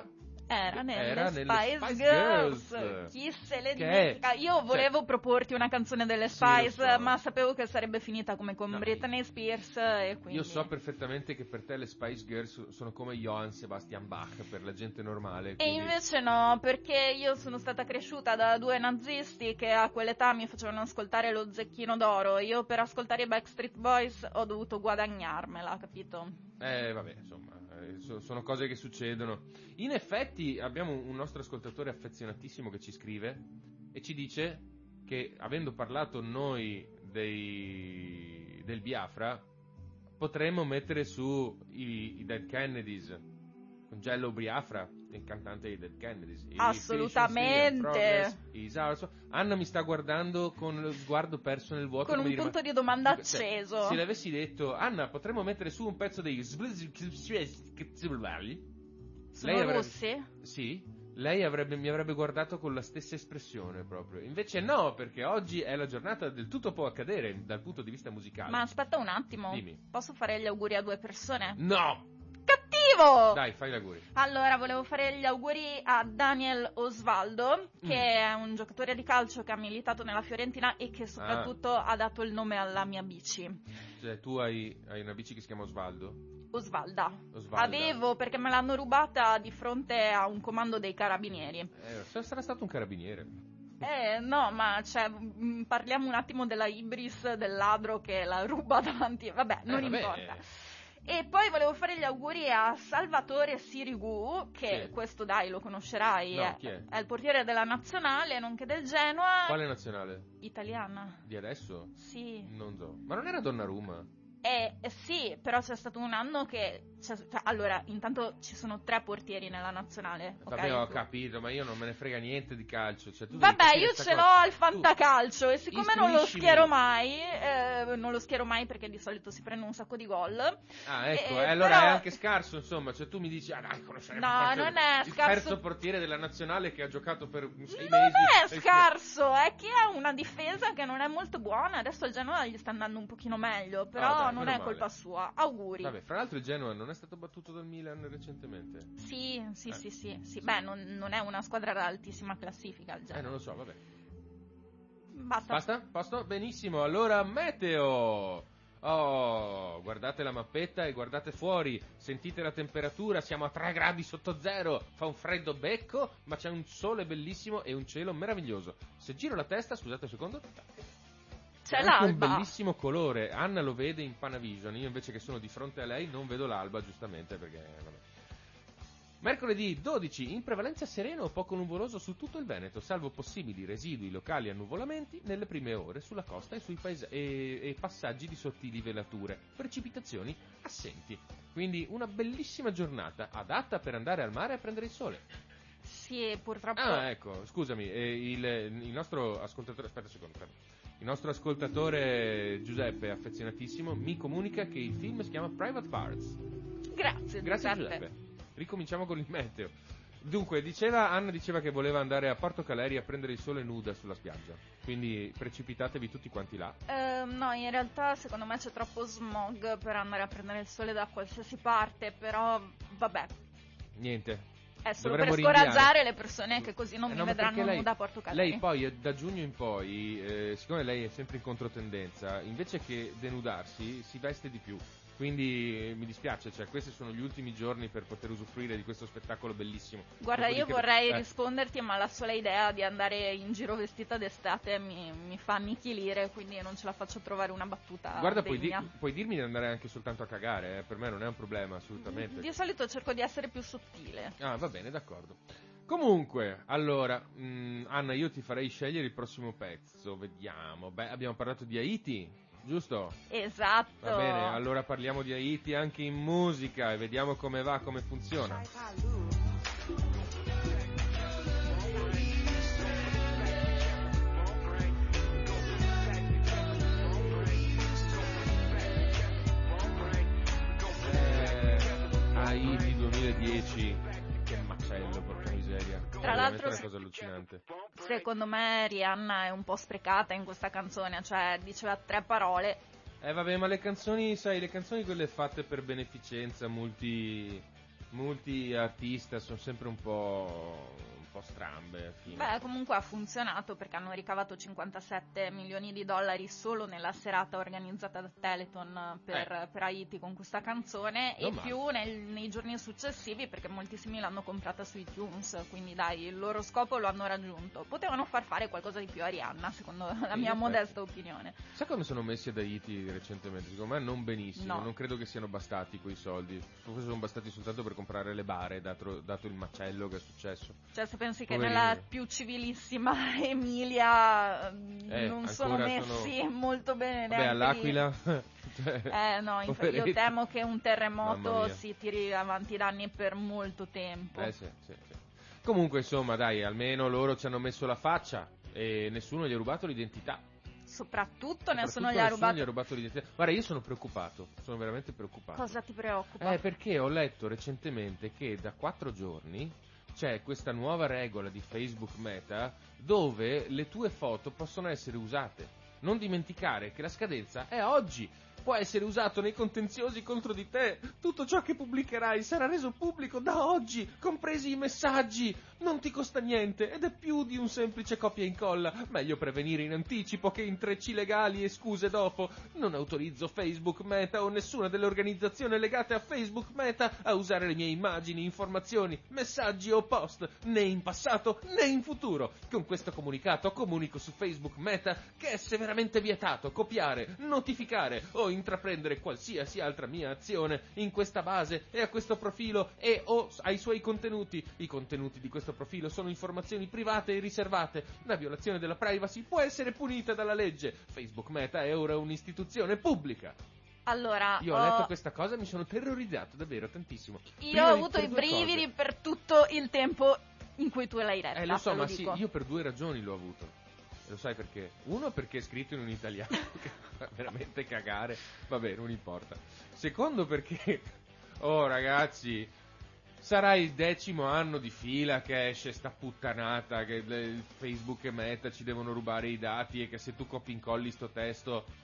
Speaker 3: Era nelle
Speaker 4: Era nelle
Speaker 3: Spice
Speaker 4: Spice
Speaker 3: Girls.
Speaker 4: Girls.
Speaker 3: Chi se le
Speaker 4: Che
Speaker 3: dimentica?
Speaker 4: è-
Speaker 3: Io volevo
Speaker 4: cioè-
Speaker 3: proporti una canzone delle
Speaker 4: Sì, lo
Speaker 3: Spice,
Speaker 4: so.
Speaker 3: ma sapevo che sarebbe finita come con
Speaker 4: No,
Speaker 3: Britney Spears e quindi...
Speaker 4: Io so perfettamente che per te le Spice Girls sono come Johann Sebastian Bach per la gente normale.
Speaker 3: E
Speaker 4: Quindi...
Speaker 3: invece no, perché io sono stata cresciuta da due nazisti che a quell'età mi facevano ascoltare lo Zecchino d'Oro. Io per ascoltare i Backstreet Boys ho dovuto guadagnarmela, capito?
Speaker 4: Vabbè, insomma, sono cose che succedono. In effetti abbiamo un nostro ascoltatore affezionatissimo che ci scrive e ci dice che, avendo parlato noi del Biafra, potremmo mettere su i Dead Kennedys, con Jello Biafra, il cantante dei Dead Kennedys.
Speaker 3: Assolutamente.
Speaker 4: Anna mi sta guardando con lo sguardo perso nel vuoto.
Speaker 3: Con
Speaker 4: come
Speaker 3: un
Speaker 4: dire,
Speaker 3: punto di domanda
Speaker 4: cioè,
Speaker 3: acceso.
Speaker 4: se le avessi detto, Anna, potremmo mettere su un pezzo dei...
Speaker 3: Sono russi?
Speaker 4: Sì, lei mi avrebbe guardato con la stessa espressione proprio. Invece no, perché oggi è la giornata del tutto può accadere dal punto di vista musicale.
Speaker 3: Ma aspetta un attimo.
Speaker 4: Dimmi.
Speaker 3: Posso fare gli auguri a due persone?
Speaker 4: No!
Speaker 3: Cattivo!
Speaker 4: Dai, fai gli auguri.
Speaker 3: Allora, volevo fare gli auguri a Daniel Osvaldo, che è un giocatore di calcio che ha militato nella Fiorentina e che soprattutto ha dato il nome alla mia bici.
Speaker 4: Cioè, tu hai una bici che si chiama Osvaldo?
Speaker 3: Osvalda.
Speaker 4: Osvalda.
Speaker 3: Avevo perché me l'hanno rubata di fronte a un comando dei carabinieri.
Speaker 4: Sarà stato un carabiniere.
Speaker 3: No, ma cioè, parliamo un attimo della ibris del ladro che la ruba davanti. Vabbè, non importa. E poi volevo fare gli auguri a Salvatore Sirigu, che
Speaker 4: Sì.
Speaker 3: questo dai lo conoscerai,
Speaker 4: No, chi è?
Speaker 3: è il portiere della nazionale, nonché del Genoa.
Speaker 4: Quale nazionale?
Speaker 3: Italiana.
Speaker 4: Di adesso?
Speaker 3: Sì.
Speaker 4: Non so. Ma non era Donnarumma?
Speaker 3: Sì, però c'è stato un anno che... allora, intanto ci sono 3 portieri nella nazionale.
Speaker 4: Vabbè,
Speaker 3: ok?
Speaker 4: ho capito, ma io non me ne frega niente di calcio. Cioè, tu devi
Speaker 3: Vabbè,
Speaker 4: capire
Speaker 3: io
Speaker 4: sta
Speaker 3: ce
Speaker 4: cosa.
Speaker 3: l'ho al fantacalcio e siccome non lo
Speaker 4: Istruiscimi.
Speaker 3: schiero mai perché di solito si prende un sacco di gol.
Speaker 4: Ah, ecco,
Speaker 3: Eh,
Speaker 4: allora
Speaker 3: però-
Speaker 4: è anche scarso, insomma, cioè tu mi dici, dai, conosceremo
Speaker 3: No,
Speaker 4: proprio
Speaker 3: non è
Speaker 4: il
Speaker 3: scarso.
Speaker 4: terzo portiere della nazionale che ha giocato per 6 mesi.
Speaker 3: Non è scarso, è che ha una difesa che non è molto buona. Adesso il Genoa gli sta andando un pochino meglio, però
Speaker 4: dai,
Speaker 3: non
Speaker 4: meno
Speaker 3: è
Speaker 4: male.
Speaker 3: colpa sua. Auguri.
Speaker 4: Vabbè, fra l'altro il Genoa non è stato battuto dal Milan recentemente?
Speaker 3: Sì. Beh, non è una squadra da altissima classifica il Genoa.
Speaker 4: Non lo so, vabbè.
Speaker 3: Basta.
Speaker 4: Basta? Posto? Benissimo, allora meteo! Oh, guardate la mappetta e guardate fuori, sentite la temperatura, siamo a 3 gradi sotto zero, fa un freddo becco, ma c'è un sole bellissimo e un cielo meraviglioso. Se giro la testa, scusate un secondo,
Speaker 3: C'è
Speaker 4: anche un
Speaker 3: l'alba.
Speaker 4: bellissimo colore. Anna lo vede in Panavision, io invece che sono di fronte a lei non vedo l'alba, giustamente, perché vabbè. Mercoledì 12, in prevalenza sereno o poco nuvoloso su tutto il Veneto, salvo possibili residui locali annuvolamenti nelle prime ore sulla costa e sui e passaggi di sottili velature. Precipitazioni assenti. Quindi una bellissima giornata, adatta per andare al mare a prendere il sole.
Speaker 3: Sì, purtroppo.
Speaker 4: Ah, ecco, scusami, il nostro ascoltatore, aspetta un secondo, fermo. Il nostro ascoltatore Giuseppe, affezionatissimo, mi comunica che il film si chiama Private Parts.
Speaker 3: Grazie
Speaker 4: Giuseppe. Ricominciamo con il meteo. Dunque, Anna diceva che voleva andare a Porto Caleri a prendere il sole nuda sulla spiaggia. Quindi precipitatevi tutti quanti là.
Speaker 3: No, in realtà secondo me c'è troppo smog per andare a prendere il sole da qualsiasi parte, però vabbè.
Speaker 4: Niente.
Speaker 3: È solo
Speaker 4: Dovremmo
Speaker 3: per scoraggiare
Speaker 4: rinviare.
Speaker 3: le persone che così non mi
Speaker 4: No, ma
Speaker 3: vedranno
Speaker 4: perché
Speaker 3: nuda a Porto Caleri.
Speaker 4: Lei poi, da giugno in poi, siccome lei è sempre in controtendenza, invece che denudarsi, si veste di più. Quindi mi dispiace, cioè questi sono gli ultimi giorni per poter usufruire di questo spettacolo bellissimo.
Speaker 3: Guarda, io
Speaker 4: Dopodiché-
Speaker 3: vorrei risponderti, ma la sola idea di andare in giro vestita d'estate mi fa annichilire, quindi non ce la faccio trovare una battuta
Speaker 4: Guarda,
Speaker 3: degna.
Speaker 4: puoi dirmi di andare anche soltanto a cagare, per me non è un problema, assolutamente.
Speaker 3: Di solito cerco di essere più sottile.
Speaker 4: Ah, va bene, d'accordo. Comunque, allora, Anna, io ti farei scegliere il prossimo pezzo, vediamo. Beh, abbiamo parlato di Haiti, giusto?
Speaker 3: Esatto.
Speaker 4: Va bene, allora parliamo di Haiti anche in musica e vediamo come va, come funziona. Haiti 2010, che macello, porca miseria.
Speaker 3: Tra l'altro,
Speaker 4: è una cosa allucinante.
Speaker 3: secondo me Rihanna è un po' sprecata in questa canzone, cioè diceva 3 parole.
Speaker 4: Vabbè, ma le canzoni, sai, le canzoni quelle fatte per beneficenza, multi-artista sono sempre un po' strambe alla fine.
Speaker 3: Beh, comunque ha funzionato perché hanno ricavato 57 milioni di dollari solo nella serata organizzata da Teleton per Haiti con questa canzone,
Speaker 4: Non
Speaker 3: e
Speaker 4: male.
Speaker 3: più nei giorni successivi, perché moltissimi l'hanno comprata su iTunes, quindi dai, il loro scopo lo hanno raggiunto. Potevano far fare qualcosa di più a Rihanna, secondo la mia modesta opinione.
Speaker 4: Sai come sono messi ad Haiti recentemente? Secondo me non benissimo,
Speaker 3: No.
Speaker 4: non credo che siano bastati quei soldi. Forse sono bastati soltanto per comprare le bare, dato il macello che è successo.
Speaker 3: Cioè, se pensi che
Speaker 4: Poverini.
Speaker 3: nella più civilissima Emilia non sono
Speaker 4: ancora
Speaker 3: messi molto bene
Speaker 4: Vabbè,
Speaker 3: neanche
Speaker 4: all'Aquila...
Speaker 3: no, io
Speaker 4: poveretti.
Speaker 3: temo che un
Speaker 4: Mamma
Speaker 3: terremoto
Speaker 4: mia.
Speaker 3: si tiri avanti danni per molto tempo.
Speaker 4: Sì. Comunque, insomma, dai, almeno loro ci hanno messo la faccia e nessuno gli ha rubato l'identità.
Speaker 3: Soprattutto nessuno
Speaker 4: Soprattutto
Speaker 3: gli ha rubato.
Speaker 4: rubato l'identità. Guarda, io sono preoccupato, sono veramente preoccupato.
Speaker 3: Cosa ti preoccupa?
Speaker 4: Perché ho letto recentemente che da 4 giorni c'è questa nuova regola di Facebook Meta dove le tue foto possono essere usate. Non dimenticare che la scadenza è oggi. Può essere usato nei contenziosi contro di te. Tutto ciò che pubblicherai sarà reso pubblico da oggi, compresi i messaggi. Non ti costa niente ed è più di un semplice copia e incolla. Meglio prevenire in anticipo che intrecci legali e scuse dopo. Non autorizzo Facebook Meta o nessuna delle organizzazioni legate a Facebook Meta a usare le mie immagini, informazioni, messaggi o post, né in passato né in futuro. Con questo comunicato comunico su Facebook Meta che è severamente vietato copiare, notificare o intraprendere qualsiasi altra mia azione in questa base e a questo profilo e o ai suoi contenuti. I contenuti di questo profilo sono informazioni private e riservate. La violazione della privacy può essere punita dalla legge. Facebook Meta è ora un'istituzione pubblica.
Speaker 3: Allora,
Speaker 4: Io ho letto questa cosa e mi sono terrorizzato davvero tantissimo.
Speaker 3: io ho avuto i brividi per tutto il tempo in cui tu l'hai letta.
Speaker 4: Lo so,
Speaker 3: te lo
Speaker 4: ma sì,
Speaker 3: dico.
Speaker 4: io per 2 ragioni l'ho avuto. Lo sai perché? Uno, perché è scritto in un italiano che fa veramente cagare. Vabbè, non importa. Secondo, perché oh ragazzi, sarà il 10° anno di fila che esce sta puttanata che Facebook e Meta ci devono rubare i dati e che se tu copi incolli sto testo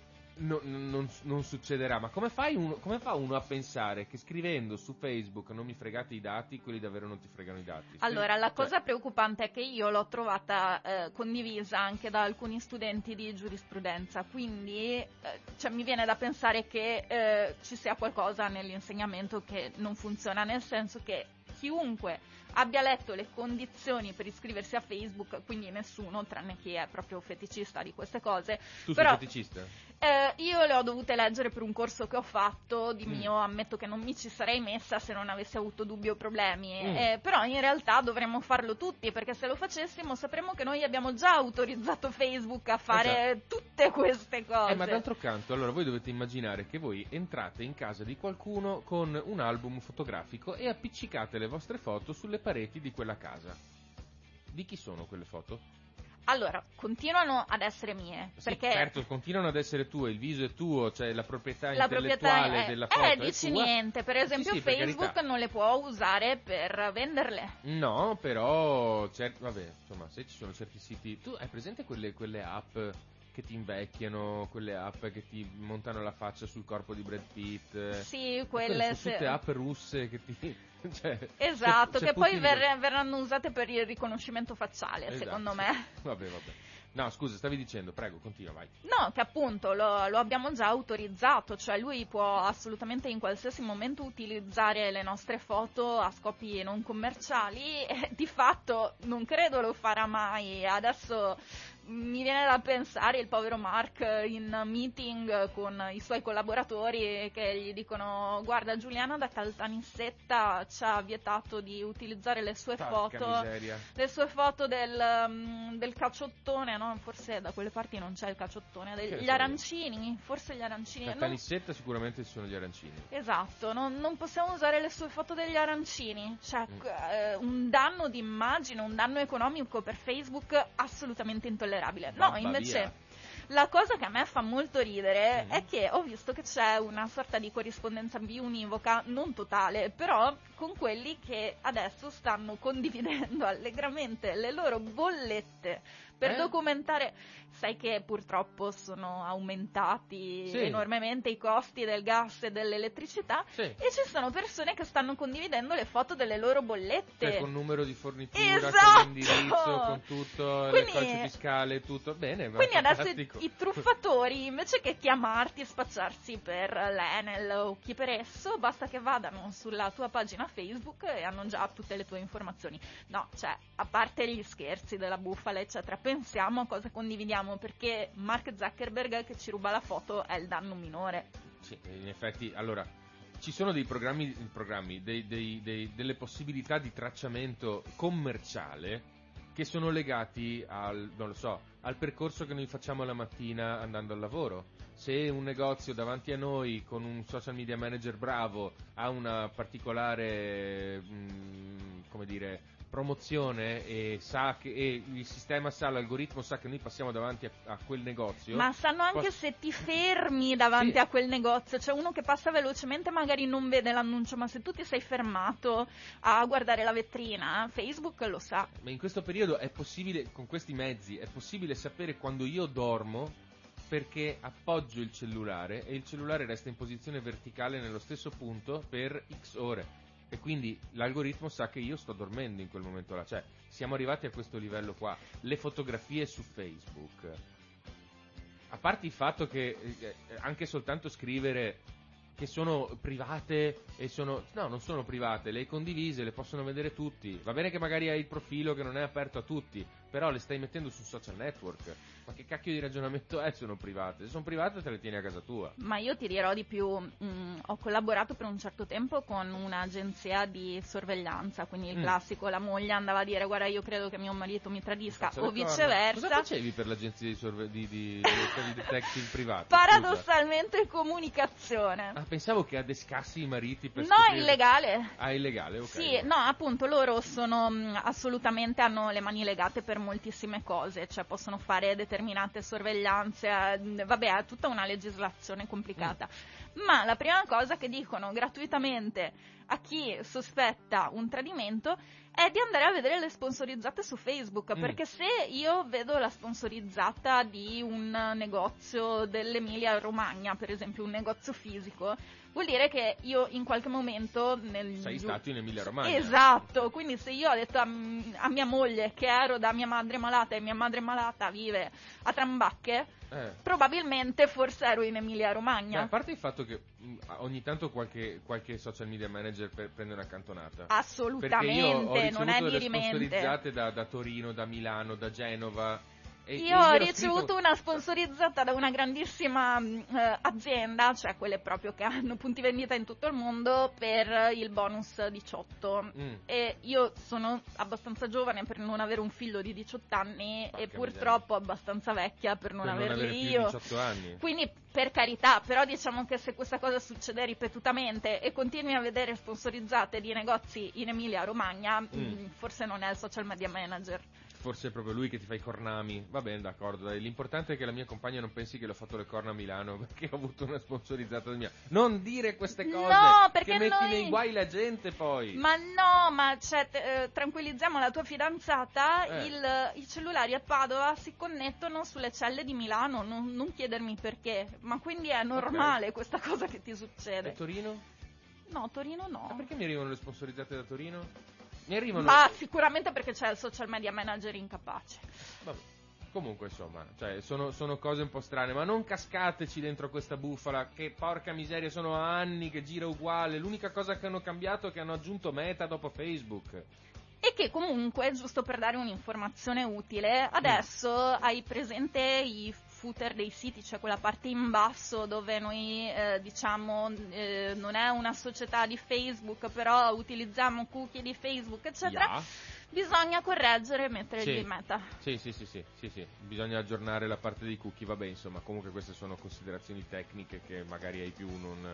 Speaker 4: non succederà. Ma come fa uno a pensare che scrivendo su Facebook non mi fregate i dati, quelli davvero non ti fregano i dati?
Speaker 3: Allora, la cosa preoccupante è che io l'ho trovata condivisa anche da alcuni studenti di giurisprudenza, quindi mi viene da pensare che ci sia qualcosa nell'insegnamento che non funziona, nel senso che chiunque abbia letto le condizioni per iscriversi a Facebook, quindi nessuno, tranne chi è proprio feticista di queste cose.
Speaker 4: Tu
Speaker 3: però,
Speaker 4: sei feticista?
Speaker 3: Io le ho dovute leggere per un corso che ho fatto di mio, ammetto che non mi ci sarei messa se non avessi avuto dubbi o problemi, però in realtà dovremmo farlo tutti, perché se lo facessimo sapremmo che noi abbiamo già autorizzato Facebook a fare tutte queste cose.
Speaker 4: Ma d'altro canto, allora voi dovete immaginare che voi entrate in casa di qualcuno con un album fotografico e appiccicate le vostre foto sulle pareti di quella casa. Di chi sono quelle foto?
Speaker 3: Allora, continuano ad essere mie,
Speaker 4: Sì,
Speaker 3: perché
Speaker 4: certo, continuano ad essere tue, il viso è tuo, cioè la proprietà intellettuale della foto è
Speaker 3: dici
Speaker 4: tua.
Speaker 3: niente, per esempio
Speaker 4: Sì, per
Speaker 3: Facebook
Speaker 4: carità.
Speaker 3: non le può usare per venderle.
Speaker 4: No, però, vabbè, insomma, se ci sono certi siti... Tu hai presente quelle app che ti invecchiano, quelle app che ti montano la faccia sul corpo di Brad Pitt?
Speaker 3: Sì,
Speaker 4: quelle sono tutte app russe che ti...
Speaker 3: Esatto,
Speaker 4: c'è
Speaker 3: che poi
Speaker 4: Putin
Speaker 3: verranno usate per il riconoscimento facciale,
Speaker 4: Esatto,
Speaker 3: secondo
Speaker 4: sì.
Speaker 3: me.
Speaker 4: Vabbè. No, scusa, stavi dicendo, prego, continua, vai.
Speaker 3: No, che appunto lo abbiamo già autorizzato, cioè lui può assolutamente in qualsiasi momento utilizzare le nostre foto a scopi non commerciali e di fatto non credo lo farà mai. Adesso mi viene da pensare il povero Mark in meeting con i suoi collaboratori che gli dicono: guarda, Giuliana da Caltanissetta ci ha vietato di utilizzare le sue foto,
Speaker 4: miseria.
Speaker 3: le sue foto del caciottone, no? Forse da quelle parti non c'è il caciottone, degli arancini, forse gli arancini.
Speaker 4: Caltanissetta sicuramente ci sono gli arancini.
Speaker 3: Esatto, non possiamo usare le sue foto degli arancini, cioè un danno di immagine, un danno economico per Facebook assolutamente intollerabile. No,
Speaker 4: Babba
Speaker 3: invece
Speaker 4: via.
Speaker 3: La cosa che a me fa molto ridere è che ho visto che c'è una sorta di corrispondenza biunivoca, non totale, però con quelli che adesso stanno condividendo allegramente le loro bollette per documentare. Sai che purtroppo sono aumentati enormemente i costi del gas e dell'elettricità e ci sono persone che stanno condividendo le foto delle loro bollette.
Speaker 4: Cioè, con numero di fornitura,
Speaker 3: esatto!
Speaker 4: con l'indirizzo, con tutto, il codice fiscale, tutto. Bene,
Speaker 3: quindi adesso
Speaker 4: fantastico.
Speaker 3: i truffatori, invece che chiamarti e spacciarsi per l'Enel o chi per esso, basta che vadano sulla tua pagina Facebook e hanno già tutte le tue informazioni. No, cioè, a parte gli scherzi della bufala, eccetera, pensiamo a cosa condividiamo, perché Mark Zuckerberg che ci ruba la foto è il danno minore.
Speaker 4: Sì, in effetti, allora, ci sono dei programmi delle possibilità di tracciamento commerciale che sono legati al percorso che noi facciamo la mattina andando al lavoro. Se un negozio davanti a noi con un social media manager bravo ha una particolare promozione e sa che il sistema l'algoritmo sa che noi passiamo davanti a quel negozio.
Speaker 3: Ma sanno anche se ti fermi davanti a quel negozio, cioè uno che passa velocemente magari non vede l'annuncio, ma se tu ti sei fermato a guardare la vetrina, Facebook lo sa.
Speaker 4: Ma in questo periodo è possibile, con questi mezzi, è possibile sapere quando io dormo, perché appoggio il cellulare e il cellulare resta in posizione verticale nello stesso punto per X ore. E quindi l'algoritmo sa che io sto dormendo in quel momento là. Cioè, siamo arrivati a questo livello qua. Le fotografie su Facebook, a parte il fatto che anche soltanto scrivere che sono private no, non sono private, le hai condivise, le possono vedere tutti. Va bene che magari hai il profilo che non è aperto a tutti, però le stai mettendo su social network. Ma che cacchio di ragionamento è? Sono private? Se sono private te le tieni a casa tua.
Speaker 3: Ma io ti dirò di più, ho collaborato per un certo tempo con un'agenzia di sorveglianza, quindi il classico, la moglie andava a dire guarda io credo che mio marito mi tradisca o viceversa.
Speaker 4: Cosa facevi per l'agenzia di detective privati?
Speaker 3: Paradossalmente comunicazione.
Speaker 4: Ah, pensavo che adescassi i mariti per
Speaker 3: No,
Speaker 4: scoprire...
Speaker 3: illegale.
Speaker 4: Ah, illegale, ok.
Speaker 3: Sì, no, appunto loro sono assolutamente, hanno le mani legate per moltissime cose, cioè possono fare determinate sorveglianze, vabbè, è tutta una legislazione complicata. Ma la prima cosa che dicono gratuitamente a chi sospetta un tradimento è di andare a vedere le sponsorizzate su Facebook, perché se io vedo la sponsorizzata di un negozio dell'Emilia Romagna, per esempio un negozio fisico, vuol dire che io in qualche momento
Speaker 4: sei stato in Emilia Romagna.
Speaker 3: Esatto, quindi se io ho detto a mia moglie che ero da mia madre malata e mia madre malata vive a Trambacche, probabilmente forse ero in Emilia Romagna.
Speaker 4: Beh, a parte il fatto che ogni tanto qualche social media manager prende una cantonata.
Speaker 3: Assolutamente, non è di rimente.
Speaker 4: Perché io ho ricevuto delle sponsorizzate da Torino, da Milano, da Genova.
Speaker 3: Io ho ricevuto una sponsorizzata da una grandissima azienda, cioè quelle proprio che hanno punti vendita in tutto il mondo, per il bonus 18. E io sono abbastanza giovane per non avere un figlio di 18 anni e purtroppo abbastanza vecchia per non averli io.
Speaker 4: 18 anni.
Speaker 3: Quindi per carità, però diciamo che se questa cosa succede ripetutamente e continui a vedere sponsorizzate di negozi in Emilia Romagna, forse non è il social media manager.
Speaker 4: Forse è proprio lui che ti fa i cornami. Va bene, d'accordo. Dai. L'importante è che la mia compagna non pensi che l'ho fatto le corna a Milano perché ho avuto una sponsorizzata da mia. Non dire queste cose!
Speaker 3: No, perché
Speaker 4: che metti nei guai la gente poi.
Speaker 3: Ma no, ma tranquillizziamo la tua fidanzata. I cellulari a Padova si connettono sulle celle di Milano. Non chiedermi perché. Ma quindi è normale questa cosa che ti succede.
Speaker 4: E Torino?
Speaker 3: No, Torino no.
Speaker 4: Ma perché mi arrivano le sponsorizzate da Torino? Mi arrivano...
Speaker 3: Ma sicuramente perché c'è il social media manager incapace.
Speaker 4: Vabbè. Comunque insomma, cioè, sono cose un po' strane, ma non cascateci dentro questa bufala, che porca miseria, sono anni che gira uguale, l'unica cosa che hanno cambiato è che hanno aggiunto Meta dopo Facebook.
Speaker 3: E che comunque, giusto per dare un'informazione utile, adesso hai presente i footer dei siti, cioè quella parte in basso dove noi diciamo non è una società di Facebook, però utilizziamo cookie di Facebook, eccetera. Bisogna correggere e mettere di Meta.
Speaker 4: Sì, bisogna aggiornare la parte dei cookie, vabbè, insomma, comunque queste sono considerazioni tecniche che magari ai più non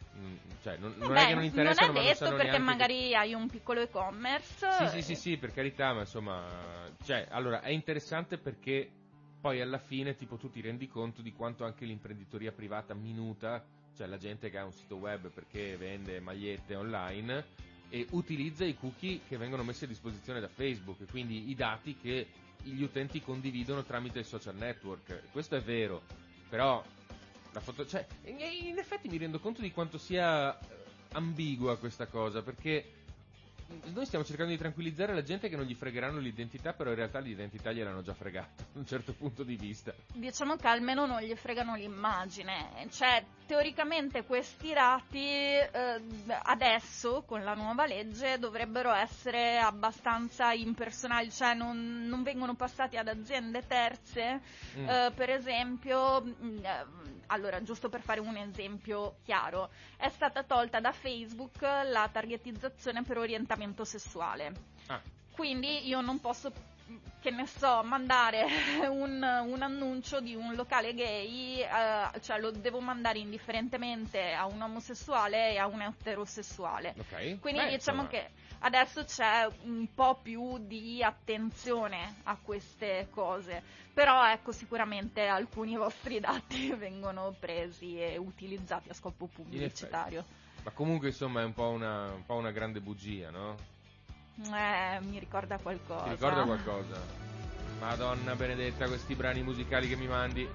Speaker 4: è che non interessano,
Speaker 3: non è detto,
Speaker 4: ma non
Speaker 3: perché magari hai un piccolo e-commerce.
Speaker 4: Sì, per carità, ma insomma, cioè, allora, è interessante perché poi alla fine tipo tu ti rendi conto di quanto anche l'imprenditoria privata minuta, cioè la gente che ha un sito web perché vende magliette online e utilizza i cookie che vengono messi a disposizione da Facebook, quindi i dati che gli utenti condividono tramite i social network. Questo è vero, però cioè, in effetti mi rendo conto di quanto sia ambigua questa cosa, perché noi stiamo cercando di tranquillizzare la gente che non gli fregheranno l'identità, però in realtà l'identità gliel'hanno già fregata, da un certo punto di vista.
Speaker 3: Diciamo che almeno non gli fregano l'immagine, cioè teoricamente questi dati adesso con la nuova legge dovrebbero essere abbastanza impersonali, cioè non vengono passati ad aziende terze, per esempio, allora giusto per fare un esempio chiaro, è stata tolta da Facebook la targetizzazione per orientamento sessuale. Quindi io non posso, che ne so, mandare un annuncio di un locale gay, cioè lo devo mandare indifferentemente a un omosessuale e a un eterosessuale.
Speaker 4: Okay.
Speaker 3: Quindi diciamo
Speaker 4: insomma,
Speaker 3: che adesso c'è un po' più di attenzione a queste cose, però ecco, sicuramente alcuni vostri dati vengono presi e utilizzati a scopo pubblicitario.
Speaker 4: Ma comunque insomma è un po' una grande bugia, no?
Speaker 3: Mi ricorda qualcosa.
Speaker 4: Ti ricorda qualcosa? Madonna benedetta, questi brani musicali che mi mandi.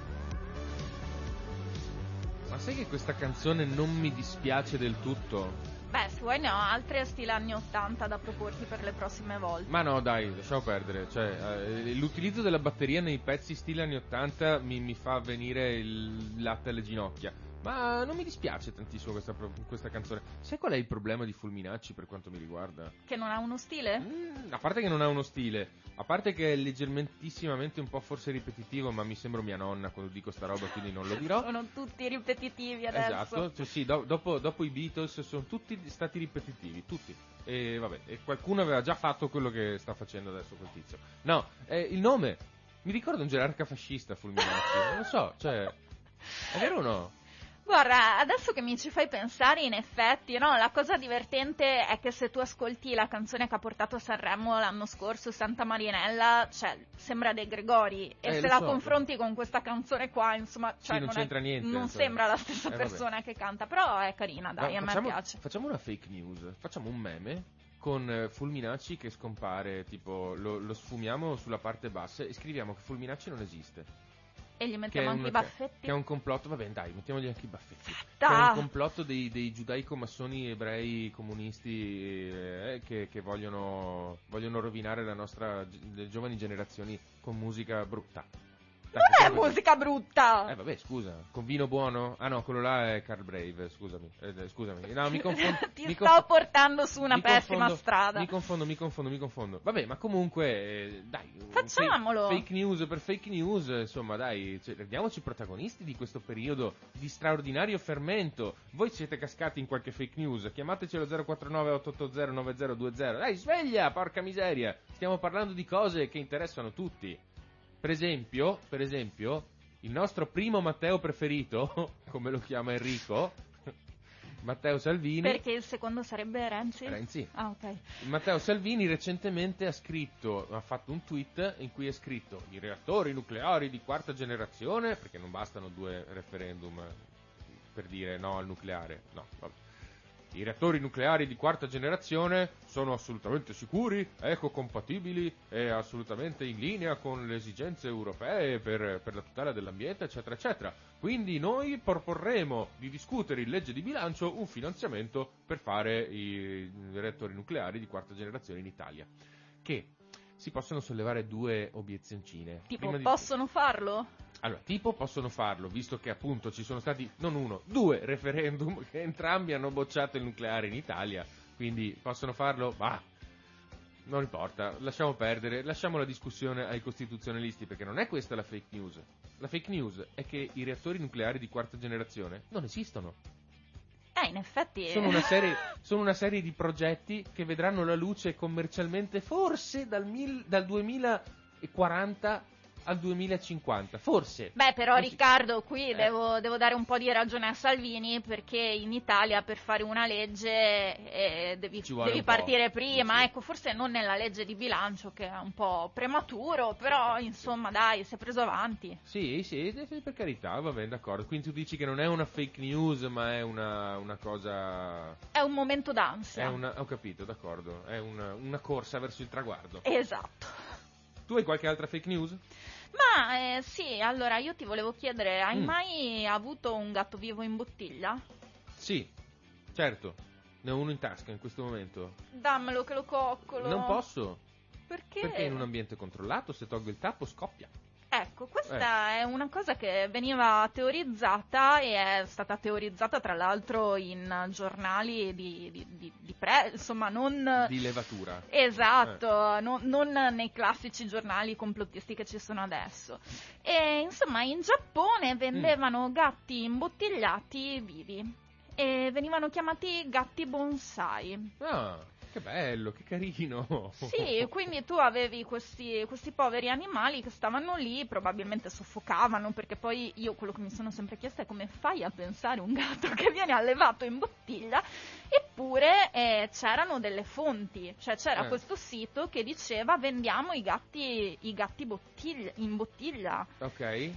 Speaker 4: Ma sai che questa canzone non mi dispiace del tutto?
Speaker 3: Beh, se vuoi ne ho altre stile anni 80 da proporti per le prossime volte.
Speaker 4: Ma no, dai, lasciamo perdere. Cioè, l'utilizzo della batteria nei pezzi stile anni 80 mi fa venire il latte alle ginocchia. Ma non mi dispiace tantissimo questa canzone. Sai qual è il problema di Fulminacci per quanto mi riguarda?
Speaker 3: Che non ha uno stile?
Speaker 4: A parte che non ha uno stile, a parte che è leggermentissimamente un po' forse ripetitivo, ma mi sembra mia nonna quando dico sta roba, quindi non lo dirò.
Speaker 3: Sono tutti ripetitivi adesso.
Speaker 4: Esatto, cioè sì, dopo i Beatles sono tutti stati ripetitivi, tutti. E vabbè, e qualcuno aveva già fatto quello che sta facendo adesso quel tizio. No, il nome, mi ricorda un gerarca fascista Fulminacci, non lo so, cioè, è vero o no?
Speaker 3: Guarda, adesso che mi ci fai pensare, in effetti, no, la cosa divertente è che se tu ascolti la canzone che ha portato a Sanremo l'anno scorso, Santa Marinella, cioè, sembra dei Gregori, e se la confronti con questa canzone qua, insomma, cioè,
Speaker 4: sì, non c'entra niente.
Speaker 3: Non sembra la stessa persona che canta, però è carina, dai, a me piace.
Speaker 4: Facciamo una fake news, facciamo un meme con Fulminacci che scompare, tipo, lo sfumiamo sulla parte bassa e scriviamo che Fulminacci non esiste.
Speaker 3: E gli mettiamo anche i baffetti?
Speaker 4: Che è un complotto, vabbè dai, mettiamogli anche i baffetti.
Speaker 3: Che
Speaker 4: è un complotto dei giudaico-massoni ebrei comunisti che vogliono rovinare le giovani generazioni con musica brutta.
Speaker 3: Non è musica brutta!
Speaker 4: Vabbè, scusa, con vino buono? Ah no, quello là è Carl Brave, scusami. No, mi confondo.
Speaker 3: Sto portando su una pessima strada.
Speaker 4: Mi confondo. Vabbè, ma comunque, dai.
Speaker 3: Facciamolo!
Speaker 4: Fake news per fake news, insomma, dai, rendiamoci protagonisti di questo periodo di straordinario fermento. Voi siete cascati in qualche fake news? Chiamateci 049 880 9020. Dai, sveglia, porca miseria! Stiamo parlando di cose che interessano tutti. Per esempio, il nostro primo Matteo preferito, come lo chiama Enrico, Matteo Salvini.
Speaker 3: Perché il secondo sarebbe Renzi?
Speaker 4: Renzi.
Speaker 3: Ah, ok.
Speaker 4: Matteo Salvini recentemente ha fatto un tweet in cui è scritto: i reattori nucleari di quarta generazione, perché non bastano 2 referendum per dire no al nucleare, no, vabbè. I reattori nucleari di quarta generazione sono assolutamente sicuri, ecocompatibili e assolutamente in linea con le esigenze europee per la tutela dell'ambiente, eccetera, eccetera. Quindi noi proporremo di discutere in legge di bilancio un finanziamento per fare i reattori nucleari di quarta generazione in Italia. Che si possono sollevare 2 obiezioncine.
Speaker 3: Tipo, possono farlo?
Speaker 4: Allora, possono farlo, visto che appunto ci sono stati non 1, 2 referendum che entrambi hanno bocciato il nucleare in Italia, quindi possono farlo? Bah, non importa, lasciamo perdere, lasciamo la discussione ai costituzionalisti, perché non è questa la fake news. La fake news è che i reattori nucleari di quarta generazione non esistono.
Speaker 3: In effetti
Speaker 4: sono una serie di progetti che vedranno la luce commercialmente forse dal 2040 al 2050, forse.
Speaker 3: Beh, però
Speaker 4: Non si-
Speaker 3: Riccardo, qui devo dare un po' di ragione a Salvini, perché in Italia per fare una legge
Speaker 4: Ci vuole
Speaker 3: devi
Speaker 4: un po',
Speaker 3: partire prima,
Speaker 4: dici.
Speaker 3: ecco, forse non nella legge di bilancio che è un po' prematuro, però insomma dai, si è preso avanti.
Speaker 4: Sì, per carità, va bene, d'accordo. Quindi tu dici che non è una fake news, ma è una cosa...
Speaker 3: È un momento d'ansia.
Speaker 4: Ho capito, d'accordo. È una corsa verso il traguardo.
Speaker 3: Esatto.
Speaker 4: Tu hai qualche altra fake news?
Speaker 3: Ma sì, allora io ti volevo chiedere, hai
Speaker 4: Mm.
Speaker 3: mai avuto un gatto vivo in bottiglia?
Speaker 4: Sì, certo. Ne ho uno in tasca in questo momento.
Speaker 3: Dammelo che lo coccolo.
Speaker 4: Non posso,
Speaker 3: Perché?
Speaker 4: perché in un ambiente controllato, se tolgo il tappo, scoppia.
Speaker 3: Ecco, questa è una cosa che veniva teorizzata e è stata teorizzata tra l'altro in giornali insomma non...
Speaker 4: Di levatura.
Speaker 3: Esatto, non nei classici giornali complottisti che ci sono adesso. E insomma in Giappone vendevano gatti imbottigliati vivi e venivano chiamati gatti bonsai.
Speaker 4: Ah, che bello, che carino.
Speaker 3: Sì, quindi tu avevi questi poveri animali che stavano lì, probabilmente soffocavano, perché poi io quello che mi sono sempre chiesta è come fai a pensare un gatto che viene allevato in bottiglia, eppure c'erano delle fonti, cioè c'era questo sito che diceva vendiamo i gatti in bottiglia.
Speaker 4: Ok.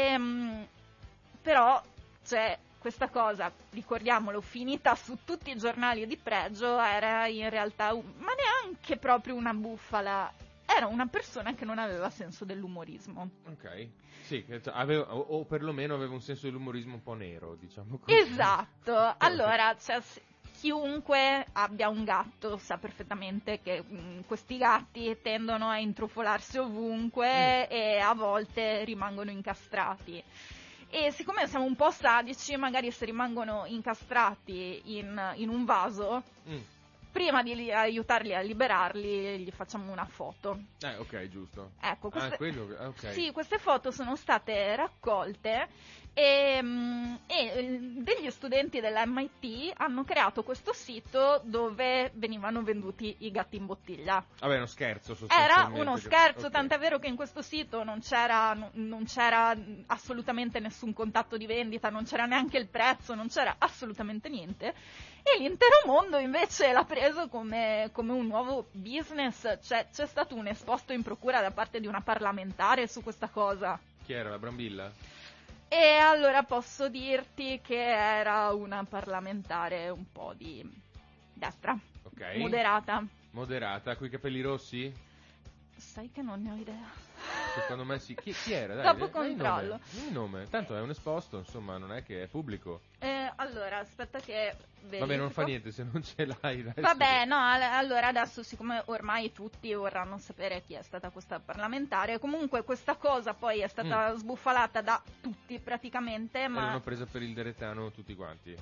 Speaker 3: Però, cioè, questa cosa, ricordiamolo, finita su tutti i giornali di pregio, era in realtà, ma neanche proprio una bufala, era una persona che non aveva senso dell'umorismo.
Speaker 4: Ok. Sì, o perlomeno aveva un senso dell'umorismo un po' nero, diciamo così.
Speaker 3: Esatto, allora, cioè, chiunque abbia un gatto sa perfettamente che questi gatti tendono a intrufolarsi ovunque e a volte rimangono incastrati. E siccome siamo un po' sadici, magari se rimangono incastrati in un vaso, prima di aiutarli a liberarli, gli facciamo una foto.
Speaker 4: Ok, giusto.
Speaker 3: Ecco,
Speaker 4: ok.
Speaker 3: Sì, queste foto sono state raccolte e degli studenti dell'MIT hanno creato questo sito dove venivano venduti i gatti in bottiglia.
Speaker 4: Vabbè, uno scherzo
Speaker 3: Era
Speaker 4: sostanzialmente.
Speaker 3: uno scherzo,
Speaker 4: Ok.
Speaker 3: tant'è vero che in questo sito non c'era assolutamente nessun contatto di vendita, non c'era neanche il prezzo, non c'era assolutamente niente. E l'intero mondo invece l'ha preso come un nuovo business. C'è stato un esposto in procura da parte di una parlamentare su questa cosa.
Speaker 4: Chi era, la Brambilla?
Speaker 3: E allora posso dirti che era una parlamentare un po' di destra,
Speaker 4: Ok.
Speaker 3: moderata.
Speaker 4: Coi capelli rossi?
Speaker 3: Sai che non ne ho idea.
Speaker 4: Secondo me sì. Chi era? Dai,
Speaker 3: Dopo
Speaker 4: dai
Speaker 3: controllo.
Speaker 4: il nome. Tanto è un esposto, insomma, non è che è pubblico.
Speaker 3: Allora, aspetta che verifico.
Speaker 4: Vabbè, non fa niente se non ce l'hai. Adesso.
Speaker 3: Vabbè, no, allora adesso siccome ormai tutti vorranno sapere chi è stata questa parlamentare, comunque questa cosa poi è stata sbuffalata da tutti praticamente, ma...
Speaker 4: L'hanno presa per il deretano tutti quanti.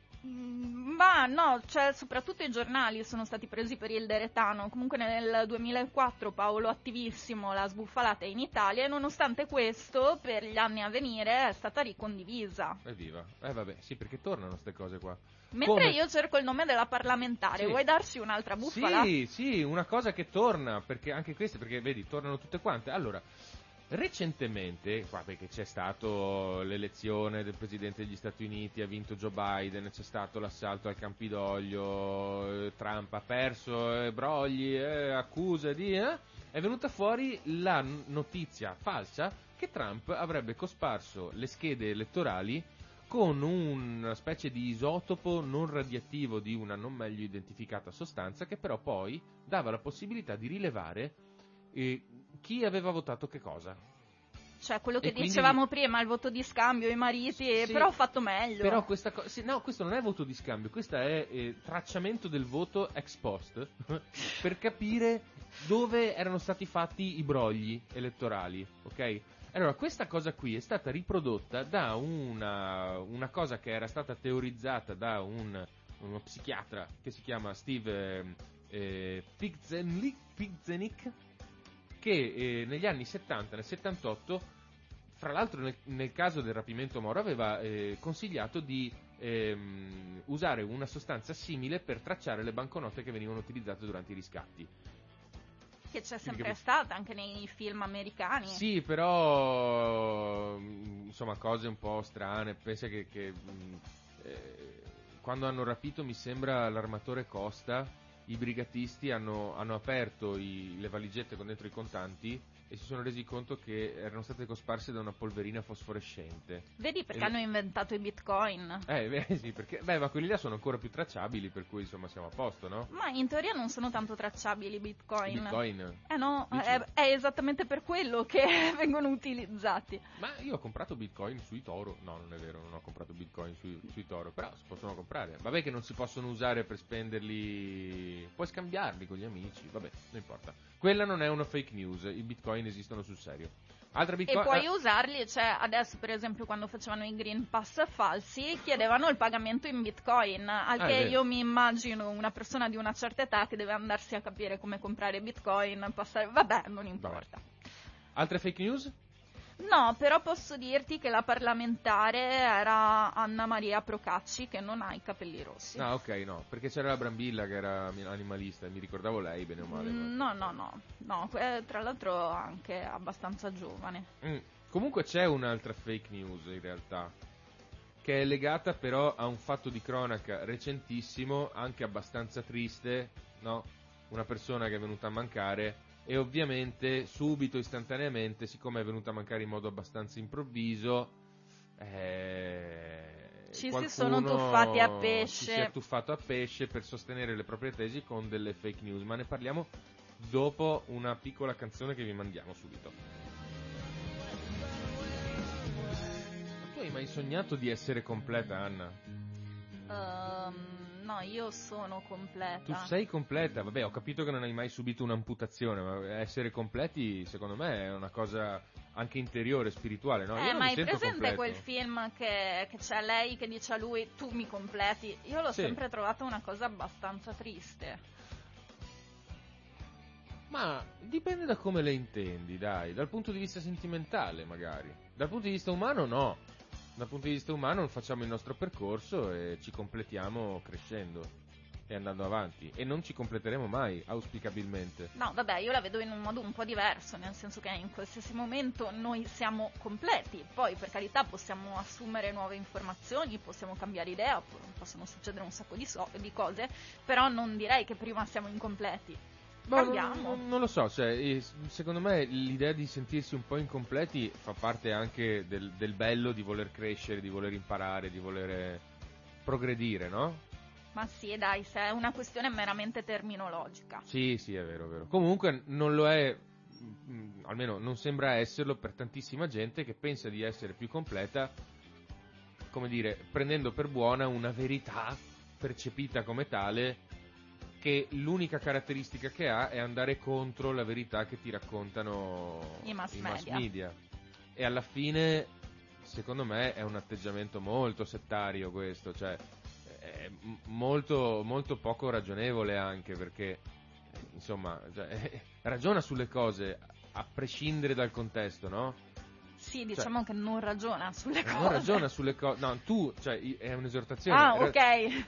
Speaker 3: Ma no, cioè soprattutto i giornali sono stati presi per il deretano. Comunque nel 2004 Paolo Attivissimo l'ha sbuffalata in Italia e nonostante questo per gli anni a venire è stata ricondivisa.
Speaker 4: Evviva. Vabbè, sì, perché tornano queste cose qua.
Speaker 3: Mentre io cerco il nome della parlamentare,
Speaker 4: Sì.
Speaker 3: vuoi darci un'altra bufala?
Speaker 4: Sì, una cosa che torna, perché anche queste, perché vedi, tornano tutte quante. Allora, recentemente, qua perché c'è stato l'elezione del Presidente degli Stati Uniti, ha vinto Joe Biden, c'è stato l'assalto al Campidoglio, Trump ha perso, brogli, accuse è venuta fuori la notizia falsa che Trump avrebbe cosparso le schede elettorali con una specie di isotopo non radioattivo di una non meglio identificata sostanza che però poi dava la possibilità di rilevare chi aveva votato che cosa.
Speaker 3: Cioè quello che
Speaker 4: quindi...
Speaker 3: dicevamo prima, il voto di scambio, i mariti,
Speaker 4: sì,
Speaker 3: però ho fatto meglio.
Speaker 4: Però questa no, questo non è voto di scambio, questo è tracciamento del voto ex post per capire dove erano stati fatti i brogli elettorali, ok? Allora, questa cosa qui è stata riprodotta da una cosa che era stata teorizzata da uno psichiatra che si chiama Steve Pizzenik, che negli anni 70, nel 78, fra l'altro nel caso del rapimento Moro aveva consigliato di usare una sostanza simile per tracciare le banconote che venivano utilizzate durante i riscatti.
Speaker 3: che c'è sempre stata anche nei film americani.
Speaker 4: Sì, però insomma cose un po' strane. Pensa che quando hanno rapito, mi sembra, l'armatore Costa, i brigatisti hanno aperto le valigette con dentro i contanti e si sono resi conto che erano state cosparse da una polverina fosforescente.
Speaker 3: Vedi perché hanno inventato i bitcoin?
Speaker 4: Sì, perché ma quelli là sono ancora più tracciabili, per cui insomma siamo a posto, no?
Speaker 3: Ma in teoria non sono tanto tracciabili i bitcoin.
Speaker 4: I bitcoin?
Speaker 3: No, è esattamente per quello che vengono utilizzati.
Speaker 4: Ma io ho comprato bitcoin sui Toro. No, non è vero, non ho comprato bitcoin sui Toro, però si possono comprare. Vabbè che non si possono usare per spenderli, puoi scambiarli con gli amici, vabbè, non importa. Quella non è una fake news, i bitcoin esistono sul serio. Altra bitcoin...
Speaker 3: E puoi usarli, cioè adesso per esempio quando facevano i Green Pass falsi chiedevano il pagamento in bitcoin, al che io mi immagino una persona di una certa età che deve andarsi a capire come comprare bitcoin, passare... vabbè, non importa.
Speaker 4: Vabbè. Altre fake news?
Speaker 3: No, però posso dirti che la parlamentare era Anna Maria Procacci, che non ha i capelli rossi.
Speaker 4: Ah, ok, no, perché c'era la Brambilla che era animalista e mi ricordavo lei, bene o male.
Speaker 3: No, tra l'altro anche abbastanza giovane.
Speaker 4: Comunque c'è un'altra fake news in realtà, che è legata però a un fatto di cronaca recentissimo, anche abbastanza triste, no? Una persona che è venuta a mancare. E ovviamente subito, istantaneamente, siccome è venuta a mancare in modo abbastanza improvviso,
Speaker 3: ci si sono tuffati a pesce.
Speaker 4: Si è tuffato a pesce per sostenere le proprie tesi con delle fake news, ma ne parliamo dopo una piccola canzone che vi mandiamo subito. Ma tu hai mai sognato di essere completa, Anna?
Speaker 3: No, io sono completa.
Speaker 4: Tu sei completa, vabbè, ho capito che non hai mai subito un'amputazione, ma essere completi secondo me è una cosa anche interiore, spirituale, no? Io non
Speaker 3: ma
Speaker 4: mi
Speaker 3: hai
Speaker 4: sento
Speaker 3: presente
Speaker 4: completo.
Speaker 3: quel film che c'è lei che dice a lui tu mi completi? Io l'ho sempre trovata una cosa abbastanza triste.
Speaker 4: Ma dipende da come le intendi, dai, dal punto di vista sentimentale magari, dal punto di vista umano no. Dal punto di vista umano facciamo il nostro percorso e ci completiamo crescendo e andando avanti, e non ci completeremo mai, auspicabilmente.
Speaker 3: No, vabbè, io la vedo in un modo un po' diverso, nel senso che in qualsiasi momento noi siamo completi, poi per carità possiamo assumere nuove informazioni, possiamo cambiare idea, possono succedere un sacco di cose, però non direi che prima siamo incompleti.
Speaker 4: Non lo so, cioè, secondo me l'idea di sentirsi un po' incompleti fa parte anche del bello di voler crescere, di voler imparare, di voler progredire, no?
Speaker 3: Ma sì, dai, se è una questione meramente terminologica.
Speaker 4: Sì, è vero. Comunque non lo è, almeno non sembra esserlo per tantissima gente che pensa di essere più completa, come dire, prendendo per buona una verità percepita come tale, che l'unica caratteristica che ha è andare contro la verità che ti raccontano
Speaker 3: i mass
Speaker 4: media. E alla fine, secondo me, è un atteggiamento molto settario questo, cioè è molto, molto poco ragionevole anche, perché insomma ragiona sulle cose a prescindere dal contesto, no?
Speaker 3: Sì, diciamo che non ragiona sulle cose.
Speaker 4: Non ragiona sulle cose, no, tu, cioè è un'esortazione.
Speaker 3: Ah, ok.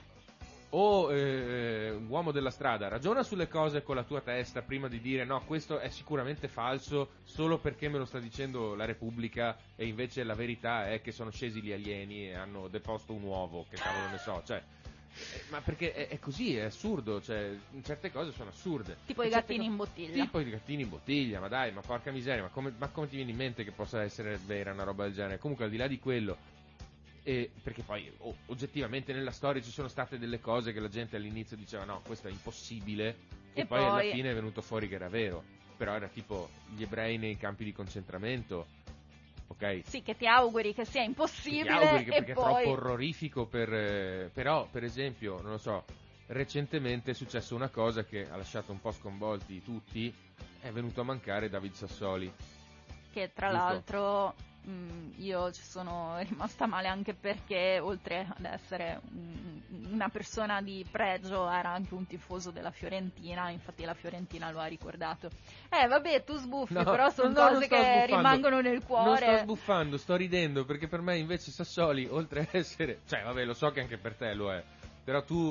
Speaker 4: Uomo della strada, ragiona sulle cose con la tua testa prima di dire no, questo è sicuramente falso solo perché me lo sta dicendo la Repubblica e invece la verità è che sono scesi gli alieni e hanno deposto un uovo, che cavolo ne so, cioè, ma perché è così, è assurdo, cioè certe cose sono assurde.
Speaker 3: Tipo i gattini in bottiglia.
Speaker 4: Tipo i gattini in bottiglia, ma dai, ma porca miseria, ma come ti viene in mente che possa essere vera una roba del genere? Comunque al di là di quello, perché poi oggettivamente nella storia ci sono state delle cose che la gente all'inizio diceva no, questo è impossibile, e poi alla fine è venuto fuori che era vero, però era tipo gli ebrei nei campi di concentramento, ok?
Speaker 3: Sì, che ti auguri che sia impossibile,
Speaker 4: ti auguri che,
Speaker 3: e
Speaker 4: perché
Speaker 3: poi...
Speaker 4: è troppo orrorifico però per esempio, non lo so, recentemente è successa una cosa che ha lasciato un po' sconvolti tutti, è venuto a mancare David Sassoli,
Speaker 3: che tra l'altro io ci sono rimasta male anche perché oltre ad essere una persona di pregio era anche un tifoso della Fiorentina, infatti la Fiorentina lo ha ricordato. Vabbè, tu sbuffi, no, però sono cose che rimangono nel cuore.
Speaker 4: Non sto sbuffando, sto ridendo, perché per me invece Sassoli, oltre a essere, cioè vabbè, lo so che anche per te lo è, però tu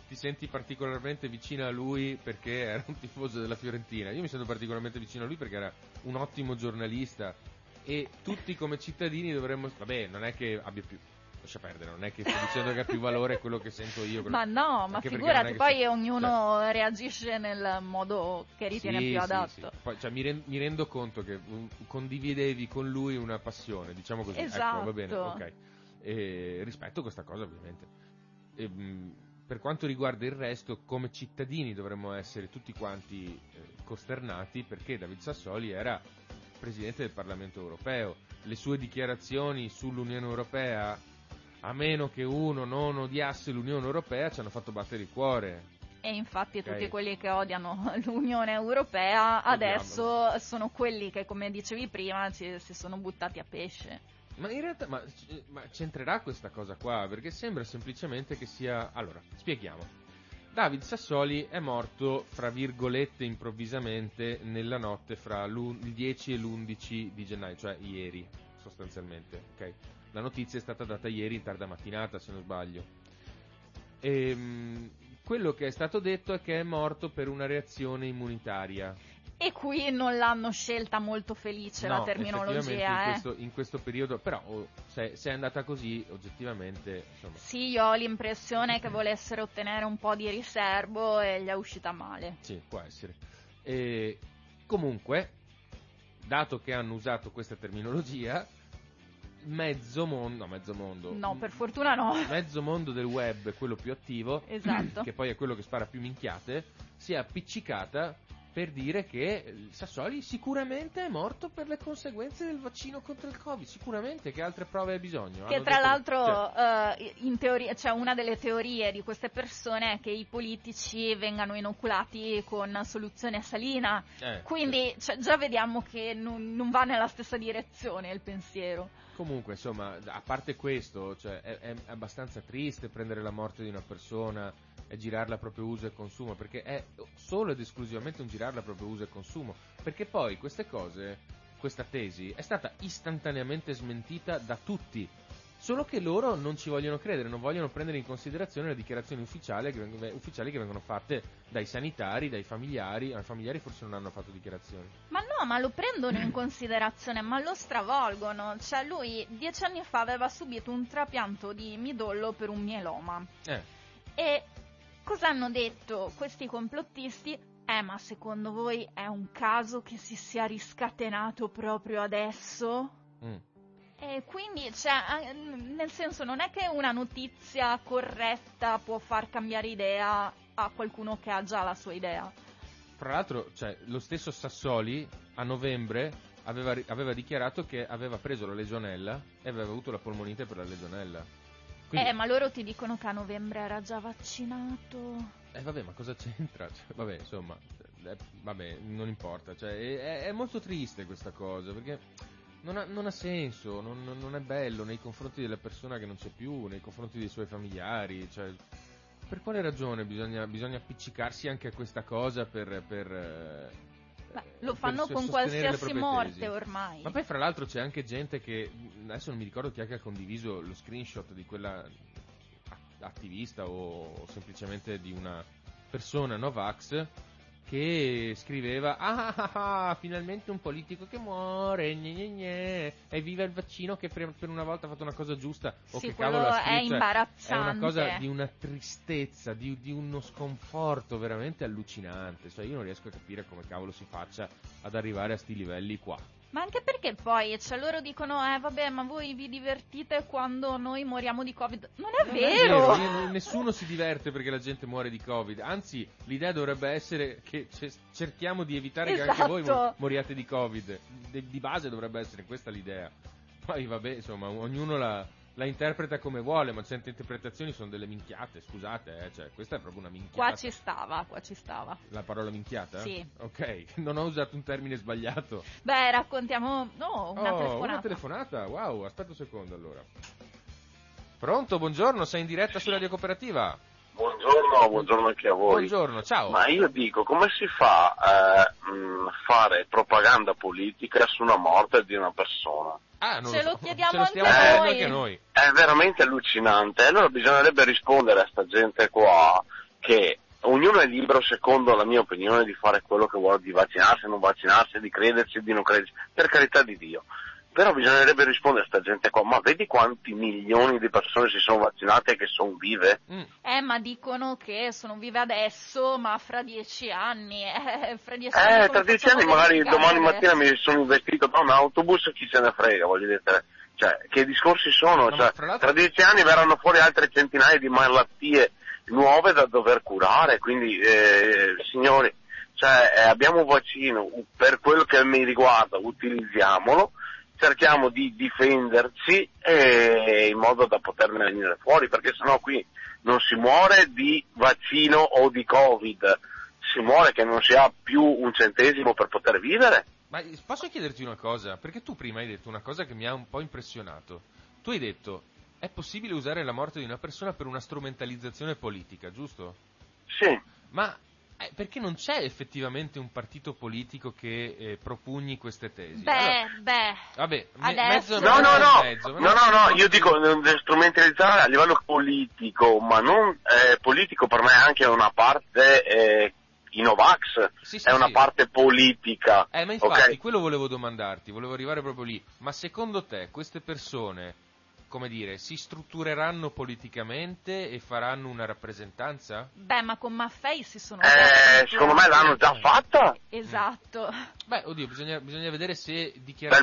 Speaker 4: ti senti particolarmente vicina a lui perché era un tifoso della Fiorentina. Io mi sento particolarmente vicino a lui perché era un ottimo giornalista e tutti come cittadini dovremmo... Vabbè, non è che abbia più... Lascia perdere, non è che sto dicendo che ha più valore quello che sento io.
Speaker 3: Ma no, ma figurati, poi ognuno reagisce nel modo che ritiene più adatto.
Speaker 4: Sì. Poi, cioè, mi rendo conto che condividevi con lui una passione, diciamo così.
Speaker 3: Esatto.
Speaker 4: Ecco, va bene, ok. E rispetto questa cosa, ovviamente. Per quanto riguarda il resto, come cittadini dovremmo essere tutti quanti costernati perché David Sassoli era Presidente del Parlamento Europeo. Le sue dichiarazioni sull'Unione Europea, a meno che uno non odiasse l'Unione Europea, ci hanno fatto battere il cuore.
Speaker 3: E infatti tutti quelli che odiano l'Unione Europea adesso sono quelli che, come dicevi prima, si sono buttati a pesce.
Speaker 4: Ma in realtà, ma c'entrerà questa cosa qua? Perché sembra semplicemente che sia... Allora, spieghiamo. David Sassoli è morto, fra virgolette, improvvisamente, nella notte fra il 10 e l'11 di gennaio, cioè ieri, sostanzialmente, ok? La notizia è stata data ieri in tarda mattinata, se non sbaglio. Quello che è stato detto è che è morto per una reazione immunitaria.
Speaker 3: E qui non l'hanno scelta molto felice la terminologia.
Speaker 4: In questo periodo, però se è andata così, oggettivamente, insomma.
Speaker 3: Sì, io ho l'impressione che volessero ottenere un po' di riservo e gli è uscita male.
Speaker 4: Sì, può essere. Comunque, dato che hanno usato questa terminologia, mezzo mondo.
Speaker 3: No, per fortuna no.
Speaker 4: Mezzo mondo del web, quello più attivo,
Speaker 3: esatto,
Speaker 4: che poi è quello che spara più minchiate, si è appiccicata per dire che Sassoli sicuramente è morto per le conseguenze del vaccino contro il Covid, sicuramente, che altre prove hai bisogno?
Speaker 3: Che tra l'altro in teoria, cioè una delle teorie di queste persone è che i politici vengano inoculati con soluzione salina, quindi cioè, già vediamo che non va nella stessa direzione il pensiero.
Speaker 4: Comunque, insomma, a parte questo, cioè, è abbastanza triste prendere la morte di una persona e girarla a proprio uso e consumo, perché è solo ed esclusivamente un girarla a proprio uso e consumo, perché poi queste cose, questa tesi è stata istantaneamente smentita da tutti, solo che loro non ci vogliono credere, non vogliono prendere in considerazione le dichiarazioni ufficiali che vengono fatte dai sanitari, dai familiari. I familiari forse non hanno fatto dichiarazioni.
Speaker 3: Ma no, ma lo prendono in considerazione, ma lo stravolgono. Cioè lui 10 anni fa aveva subito un trapianto di midollo per un mieloma. E cosa hanno detto questi complottisti? Ma secondo voi è un caso che si sia riscatenato proprio adesso? E quindi, cioè, nel senso, non è che una notizia corretta può far cambiare idea a qualcuno che ha già la sua idea.
Speaker 4: Fra l'altro, cioè, lo stesso Sassoli a novembre aveva dichiarato che aveva preso la legionella e aveva avuto la polmonite per la legionella. Quindi...
Speaker 3: ma loro ti dicono che a novembre era già vaccinato.
Speaker 4: Vabbè, ma cosa c'entra? Cioè, vabbè, insomma, vabbè, non importa. Cioè, è molto triste questa cosa, perché non ha senso, non è bello nei confronti della persona che non c'è più, nei confronti dei suoi familiari. Cioè, per quale ragione bisogna appiccicarsi anche a questa cosa
Speaker 3: lo fanno con qualsiasi morte ormai.
Speaker 4: Ma poi fra l'altro c'è anche gente che, adesso non mi ricordo chi è che ha condiviso lo screenshot di quella attivista o semplicemente di una persona Novax che scriveva finalmente un politico che muore, evviva il vaccino che per una volta ha fatto una cosa giusta, o
Speaker 3: sì,
Speaker 4: che cavolo ha scritto,
Speaker 3: è imbarazzante,
Speaker 4: è una cosa di una tristezza, di uno sconforto veramente allucinante, cioè io non riesco a capire come cavolo si faccia ad arrivare a sti livelli qua.
Speaker 3: Ma anche perché poi, cioè loro dicono, vabbè, ma voi vi divertite quando noi moriamo di Covid. Non è vero!
Speaker 4: Nessuno si diverte perché la gente muore di Covid, anzi, l'idea dovrebbe essere che cerchiamo di evitare che anche voi moriate di Covid. Di base dovrebbe essere questa l'idea. Poi vabbè, insomma, ognuno la interpreta come vuole, ma certe interpretazioni sono delle minchiate, scusate, cioè questa è proprio una minchiata.
Speaker 3: Qua ci stava.
Speaker 4: La parola minchiata?
Speaker 3: Sì.
Speaker 4: Ok, non ho usato un termine sbagliato.
Speaker 3: Beh, raccontiamo, una telefonata.
Speaker 4: Una telefonata? Wow, aspetta un secondo allora. Pronto, buongiorno, sei in diretta su Radio Cooperativa.
Speaker 5: Buongiorno anche a voi.
Speaker 4: Buongiorno, ciao.
Speaker 5: Ma io dico, come si fa a fare propaganda politica su una morte di una persona?
Speaker 4: Non
Speaker 3: ce lo chiediamo
Speaker 4: anche noi.
Speaker 5: È veramente allucinante. Allora bisognerebbe rispondere a sta gente qua che ognuno è libero, secondo la mia opinione, di fare quello che vuole, di vaccinarsi, non vaccinarsi, di credersi, di non credersi, per carità di Dio. Però bisognerebbe rispondere a sta gente qua, ma vedi quanti milioni di persone si sono vaccinate e che sono vive?
Speaker 3: Ma dicono che sono vive adesso, ma fra 10 anni, fra 10 anni
Speaker 5: tra 10 anni magari domani mattina mi sono investito da un autobus, chi se ne frega, voglio dire, cioè, che discorsi sono?
Speaker 4: No,
Speaker 5: cioè, tra 10 anni verranno fuori altre centinaia di malattie nuove da dover curare, quindi, signori, cioè, abbiamo un vaccino, per quello che mi riguarda, utilizziamolo, cerchiamo di difenderci in modo da poterne venire fuori, perché sennò qui non si muore di vaccino o di Covid, si muore che non si ha più un centesimo per poter vivere.
Speaker 4: Ma posso chiederti una cosa? Perché tu prima hai detto una cosa che mi ha un po' impressionato. Tu hai detto, è possibile usare la morte di una persona per una strumentalizzazione politica, giusto?
Speaker 5: Sì.
Speaker 4: Ma perché non c'è effettivamente un partito politico che propugni queste tesi? Vabbè,
Speaker 3: adesso...
Speaker 5: No, io dico strumentalizzare a livello politico, ma non politico per me è anche una parte i Novax, è una parte politica.
Speaker 4: Ma infatti quello volevo domandarti, volevo arrivare proprio lì. Ma secondo te queste persone, come dire, si struttureranno politicamente e faranno una rappresentanza?
Speaker 3: Ma con Maffei si sono
Speaker 5: secondo me l'hanno già fatta.
Speaker 3: Esatto.
Speaker 4: Oddio, bisogna vedere se dichiarare.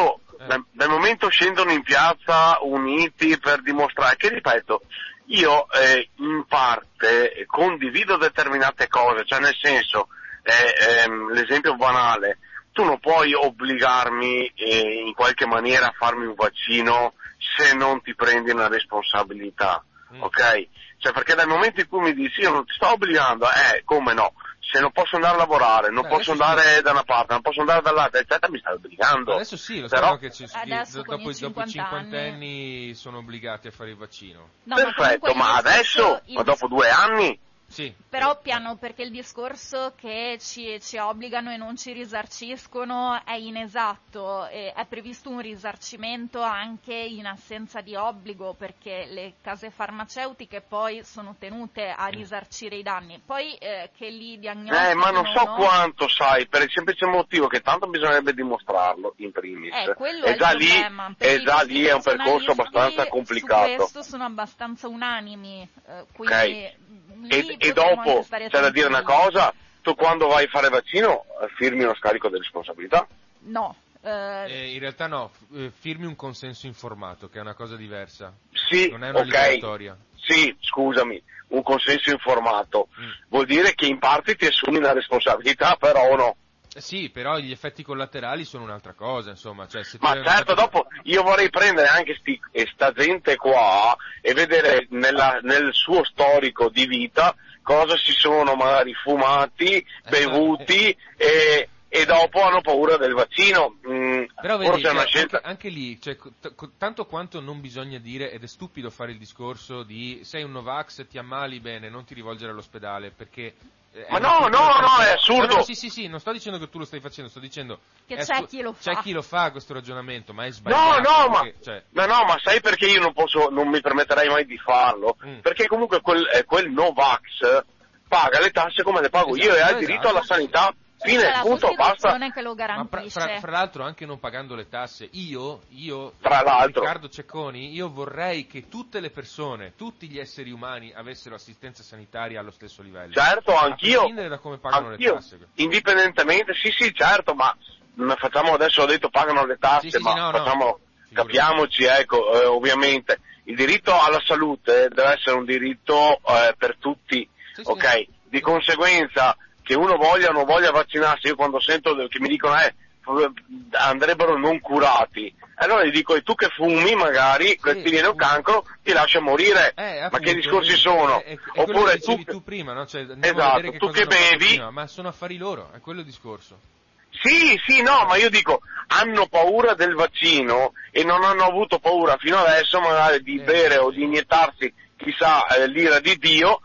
Speaker 5: Dal momento scendono in piazza uniti per dimostrare che, ripeto, io in parte condivido determinate cose, cioè nel senso, l'esempio banale, tu non puoi obbligarmi in qualche maniera a farmi un vaccino se non ti prendi una responsabilità, ok? Cioè, perché dal momento in cui mi dici io non ti sto obbligando, come no? Se non posso andare a lavorare, non posso andare da una parte, non posso andare dall'altra, eccetera, mi stai obbligando.
Speaker 4: Adesso sì, lo
Speaker 5: però,
Speaker 4: so che dopo i 50 anni sono obbligati a fare il vaccino.
Speaker 3: No,
Speaker 5: perfetto, ma adesso, dopo 2 anni?
Speaker 4: Sì.
Speaker 3: Però piano, perché il discorso che ci obbligano e non ci risarciscono è inesatto, è previsto un risarcimento anche in assenza di obbligo, perché le case farmaceutiche poi sono tenute a risarcire i danni, poi che li diagnostichino.
Speaker 5: Ma non so quanto, sai, per il semplice motivo che tanto bisognerebbe dimostrarlo in primis.
Speaker 3: Quello è già il problema.
Speaker 5: Lì è un percorso abbastanza complicato.
Speaker 3: Su questo sono abbastanza unanimi, quindi
Speaker 5: e dopo c'è da dire una cosa, tu quando vai a fare vaccino firmi uno scarico di responsabilità?
Speaker 3: No.
Speaker 4: In realtà no, firmi un consenso informato, che è una cosa diversa.
Speaker 5: Sì,
Speaker 4: non è una liberatoria.
Speaker 5: Sì, scusami, un consenso informato vuol dire che in parte ti assumi una responsabilità, però o no?
Speaker 4: Sì, però gli effetti collaterali sono un'altra cosa, insomma. Cioè, se
Speaker 5: ma certo, dopo io vorrei prendere anche sta gente qua e vedere nel suo storico di vita cosa si sono magari fumati, bevuti e dopo hanno paura del vaccino.
Speaker 4: Però vedi,
Speaker 5: forse è una scelta.
Speaker 4: Anche lì, cioè, tanto quanto non bisogna dire, ed è stupido fare il discorso di sei un Novax, ti ammali bene, non ti rivolgere all'ospedale, perché...
Speaker 5: Ma no, è assurdo.
Speaker 4: No, sì, non sto dicendo che tu lo stai facendo, sto dicendo
Speaker 3: che c'è chi lo fa.
Speaker 4: C'è chi lo fa questo ragionamento, ma è sbagliato.
Speaker 5: Ma sai perché io non mi permetterei mai di farlo? Perché comunque quel Novax paga le tasse come le pago io e ha il diritto alla sanità. Fine, punto, basta.
Speaker 3: Che lo garantisce.
Speaker 4: Ma fra l'altro, anche non pagando le tasse, io
Speaker 5: Riccardo
Speaker 4: Cecconi, io vorrei che tutte le persone, tutti gli esseri umani avessero assistenza sanitaria allo stesso livello.
Speaker 5: Certo, anch'io.
Speaker 4: A prescindere da come pagano le tasse.
Speaker 5: Indipendentemente, sì, certo, ma facciamo adesso, ho detto pagano le tasse, capiamoci, ovviamente. Il diritto alla salute deve essere un diritto per tutti, ok? Di conseguenza, che uno voglia o non voglia vaccinarsi, io quando sento che mi dicono andrebbero non curati, allora gli dico, e tu che fumi magari, ti viene un cancro, ti lascia morire, ma che discorsi sono?
Speaker 4: Oppure tu prima, no? Cioè,
Speaker 5: esatto, tu che bevi,
Speaker 4: ma sono affari loro, è quello il discorso.
Speaker 5: Sì, no, ma io dico, hanno paura del vaccino e non hanno avuto paura fino adesso magari di bere o di iniettarsi chissà l'ira di Dio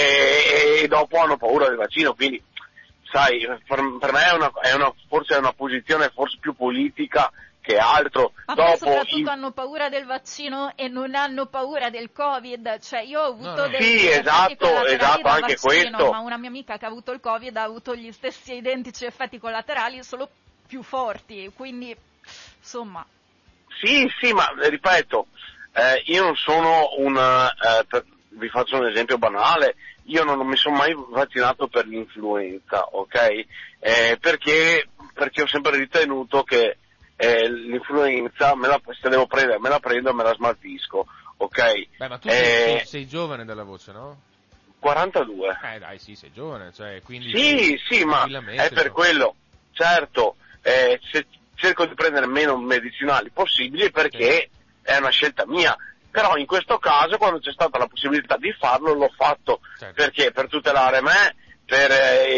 Speaker 5: e dopo hanno paura del vaccino, quindi sai, per me forse è una posizione forse più politica che altro.
Speaker 3: Ma poi
Speaker 5: Dopo
Speaker 3: soprattutto hanno paura del vaccino e non hanno paura del Covid, cioè io ho avuto dei
Speaker 5: Sì,
Speaker 3: effetti collaterali
Speaker 5: esatto,
Speaker 3: da
Speaker 5: anche
Speaker 3: vaccino,
Speaker 5: questo.
Speaker 3: ma una mia amica che ha avuto il Covid ha avuto gli stessi identici effetti collaterali, solo più forti, quindi insomma.
Speaker 5: Sì, ma ripeto, io non sono vi faccio un esempio banale, io non mi sono mai vaccinato per l'influenza, ok? Perché ho sempre ritenuto che l'influenza se devo prendere, me la prendo e me la smaltisco, ok?
Speaker 4: Beh, ma tu sei giovane dalla voce, no?
Speaker 5: 42.
Speaker 4: Dai, sì, sei giovane, cioè, quindi...
Speaker 5: Sì, ma è per quello, certo, cerco di prendere meno medicinali possibili perché è una scelta mia, però in questo caso quando c'è stata la possibilità di farlo l'ho fatto, perché per tutelare me, per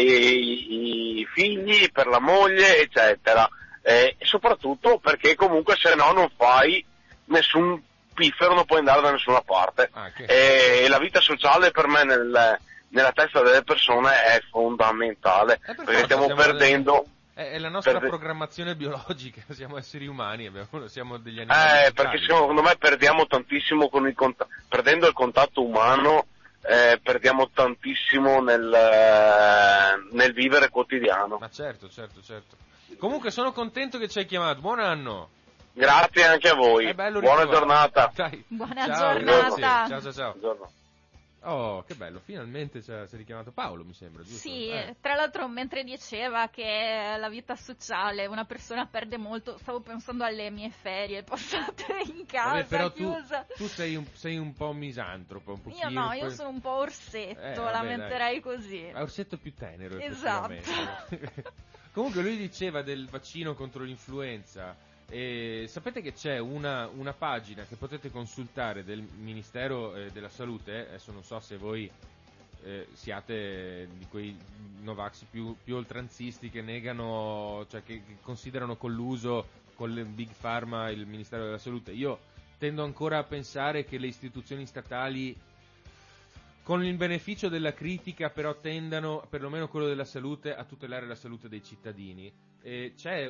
Speaker 5: i figli, per la moglie, eccetera, e soprattutto perché comunque se no non fai nessun piffero, non puoi andare da nessuna parte, e la vita sociale per me nella testa delle persone è fondamentale, perché stiamo perdendo...
Speaker 4: È la nostra programmazione biologica, siamo esseri umani, siamo degli animali.
Speaker 5: Perché secondo me perdiamo tantissimo perdendo il contatto umano, perdiamo tantissimo nel vivere quotidiano.
Speaker 4: Ma certo. Comunque sono contento che ci hai chiamato, buon anno!
Speaker 5: Grazie anche a voi, buona giornata.
Speaker 4: Dai.
Speaker 3: Buona giornata.
Speaker 4: Ciao.
Speaker 5: Buongiorno.
Speaker 4: Oh, che bello, finalmente si è richiamato Paolo, mi sembra, giusto?
Speaker 3: Sì, tra l'altro mentre diceva che la vita sociale una persona perde molto, stavo pensando alle mie ferie passate in casa.
Speaker 4: Vabbè, però
Speaker 3: chiusa.
Speaker 4: tu sei un po' misantropo, un pochino.
Speaker 3: Io no, io sono un po' orsetto, la metterei così.
Speaker 4: È orsetto più tenero,
Speaker 3: esatto.
Speaker 4: Comunque lui diceva del vaccino contro l'influenza. E sapete che c'è una pagina che potete consultare del Ministero della Salute, adesso non so se voi siate di quei Novax più oltranzisti che negano, cioè che considerano colluso con le Big Pharma il Ministero della Salute. Io tendo ancora a pensare che le istituzioni statali, con il beneficio della critica, però tendano, perlomeno quello della salute, a tutelare la salute dei cittadini. C'è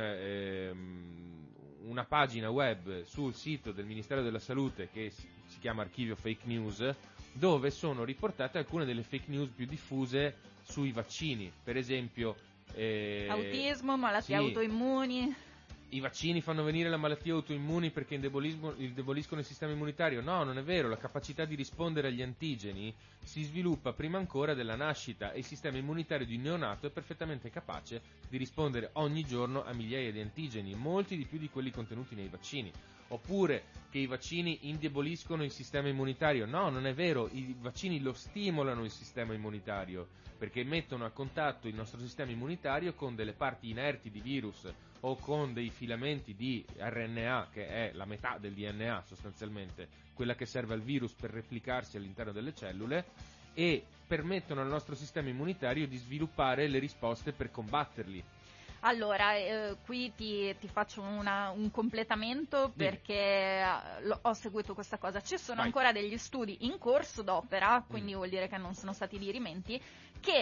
Speaker 4: una pagina web sul sito del Ministero della Salute che si chiama Archivio Fake News, dove sono riportate alcune delle fake news più diffuse sui vaccini, per esempio
Speaker 3: autismo, malattie autoimmuni.
Speaker 4: I vaccini fanno venire la malattia autoimmuni perché indeboliscono il sistema immunitario. No, non è vero, la capacità di rispondere agli antigeni si sviluppa prima ancora della nascita e il sistema immunitario di un neonato è perfettamente capace di rispondere ogni giorno a migliaia di antigeni, molti di più di quelli contenuti nei vaccini. Oppure che i vaccini indeboliscono il sistema immunitario. No, non è vero, i vaccini lo stimolano il sistema immunitario, perché mettono a contatto il nostro sistema immunitario con delle parti inerti di virus o con dei filamenti di RNA, che è la metà del DNA sostanzialmente, quella che serve al virus per replicarsi all'interno delle cellule, e permettono al nostro sistema immunitario di sviluppare le risposte per combatterli.
Speaker 3: Allora, qui ti faccio un completamento perché ho seguito questa cosa. Ci sono ancora degli studi in corso d'opera, quindi vuol dire che non sono stati dirimenti, che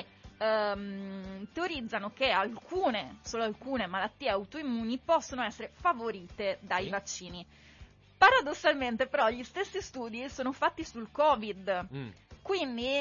Speaker 3: teorizzano che solo alcune malattie autoimmuni possono essere favorite dai vaccini. Paradossalmente però gli stessi studi sono fatti sul Covid. Quindi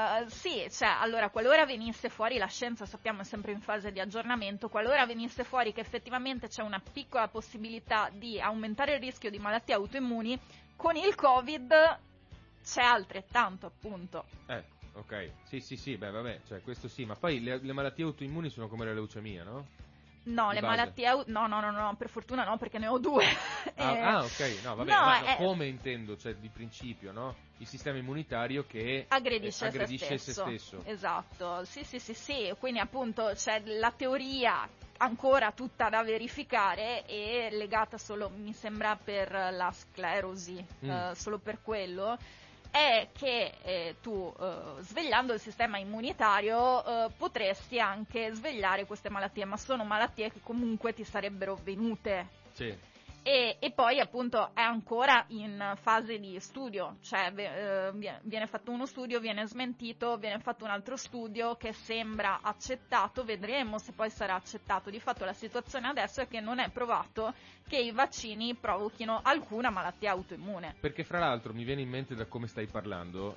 Speaker 3: allora qualora venisse fuori, la scienza sappiamo è sempre in fase di aggiornamento, qualora venisse fuori che effettivamente c'è una piccola possibilità di aumentare il rischio di malattie autoimmuni, con il Covid c'è altrettanto, appunto.
Speaker 4: Ok, sì, beh vabbè, cioè questo sì, ma poi le malattie autoimmuni sono come la leucemia, no?
Speaker 3: No, le malattie no, per fortuna no, perché ne ho 2.
Speaker 4: Ok, no, vabbè, come intendo, cioè di principio, no? Il sistema immunitario che
Speaker 3: aggredisce
Speaker 4: se stesso.
Speaker 3: Esatto, sì, quindi appunto c'è la teoria ancora tutta da verificare e legata solo, mi sembra, per la sclerosi, solo per quello. È che tu svegliando il sistema immunitario potresti anche svegliare queste malattie, ma sono malattie che comunque ti sarebbero venute.
Speaker 4: Sì.
Speaker 3: E poi appunto è ancora in fase di studio, cioè viene fatto uno studio, viene smentito, viene fatto un altro studio che sembra accettato, vedremo se poi sarà accettato. Di fatto la situazione adesso è che non è provato che i vaccini provochino alcuna malattia autoimmune.
Speaker 4: Perché fra l'altro mi viene in mente da come stai parlando,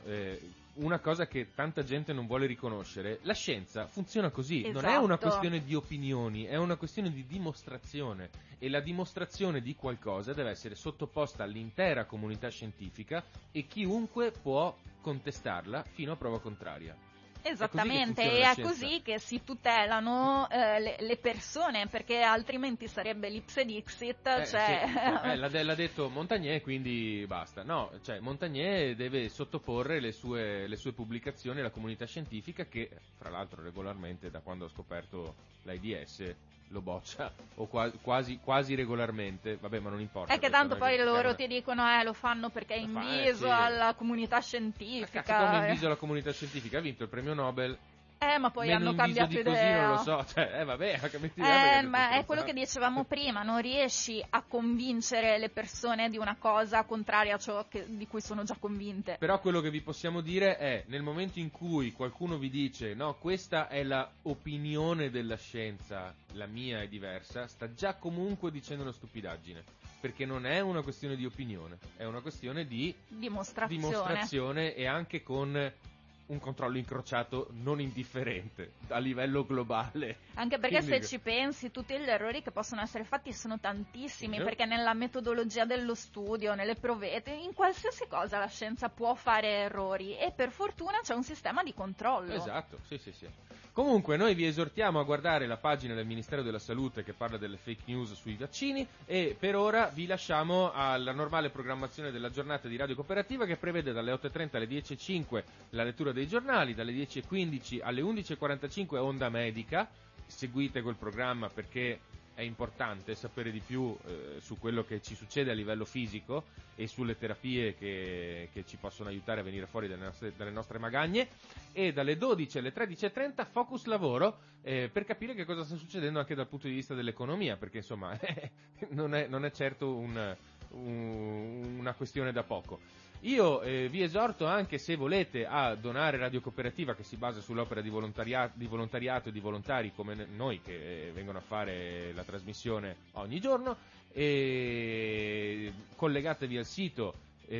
Speaker 4: una cosa che tanta gente non vuole riconoscere: la scienza funziona così,
Speaker 3: Esatto.
Speaker 4: Non è una questione di opinioni, è una questione di dimostrazione, e la dimostrazione di qualcosa deve essere sottoposta all'intera comunità scientifica e chiunque può contestarla fino a prova contraria.
Speaker 3: Esattamente, e è così che si tutelano le persone, perché altrimenti sarebbe l'ipse dixit, cioè...
Speaker 4: Sì. L'ha detto Montagnier, quindi basta. No, cioè Montagnier deve sottoporre le sue pubblicazioni alla comunità scientifica, che fra l'altro regolarmente, da quando ha scoperto l'AIDS, lo boccia, o quasi regolarmente. Vabbè, ma non importa.
Speaker 3: È che tanto poi loro ti dicono lo fanno perché è inviso alla comunità scientifica.
Speaker 4: Come inviso alla comunità scientifica? Ha vinto il premio Nobel.
Speaker 3: Ma poi
Speaker 4: meno
Speaker 3: hanno cambiato
Speaker 4: di così
Speaker 3: idea.
Speaker 4: non lo so, cioè, vabbè, ha cambiato idea.
Speaker 3: Ma è quello che dicevamo prima, non riesci a convincere le persone di una cosa contraria a ciò di cui sono già convinte.
Speaker 4: Però quello che vi possiamo dire è, nel momento in cui qualcuno vi dice no, questa è la opinione della scienza, la mia è diversa, sta già comunque dicendo una stupidaggine, perché non è una questione di opinione, è una questione di dimostrazione, e anche con un controllo incrociato non indifferente a livello globale.
Speaker 3: Anche perché se ci pensi, tutti gli errori che possono essere fatti sono tantissimi, perché nella metodologia dello studio, nelle provette, in qualsiasi cosa la scienza può fare errori, e per fortuna c'è un sistema di controllo.
Speaker 4: Esatto, sì. Comunque noi vi esortiamo a guardare la pagina del Ministero della Salute che parla delle fake news sui vaccini, e per ora vi lasciamo alla normale programmazione della giornata di Radio Cooperativa, che prevede dalle 8.30 alle 10.05 la lettura dei giornali, dalle 10.15 alle 11.45 Onda Medica. Seguite quel programma perché è importante sapere di più su quello che ci succede a livello fisico e sulle terapie che ci possono aiutare a venire fuori dalle nostre magagne, e dalle 12 alle 13.30 Focus Lavoro, per capire che cosa sta succedendo anche dal punto di vista dell'economia, perché insomma non è certo una questione da poco. Io vi esorto anche, se volete, a donare Radio Cooperativa, che si basa sull'opera di volontariato e di volontari come noi, che vengono a fare la trasmissione ogni giorno, e collegatevi al sito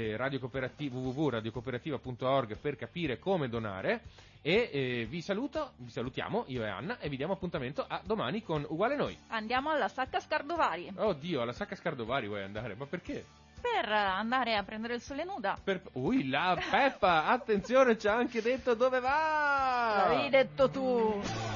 Speaker 4: www.radiocooperativa.org per capire come donare, e vi salutiamo, io e Anna, e vi diamo appuntamento a domani con Uguale Noi.
Speaker 3: Andiamo alla Sacca Scardovari.
Speaker 4: Oddio, alla Sacca Scardovari vuoi andare? Ma perché?
Speaker 3: Per andare a prendere il sole nuda.
Speaker 4: La Peppa, attenzione, ci ha anche detto dove va!
Speaker 3: L'avevi detto tu!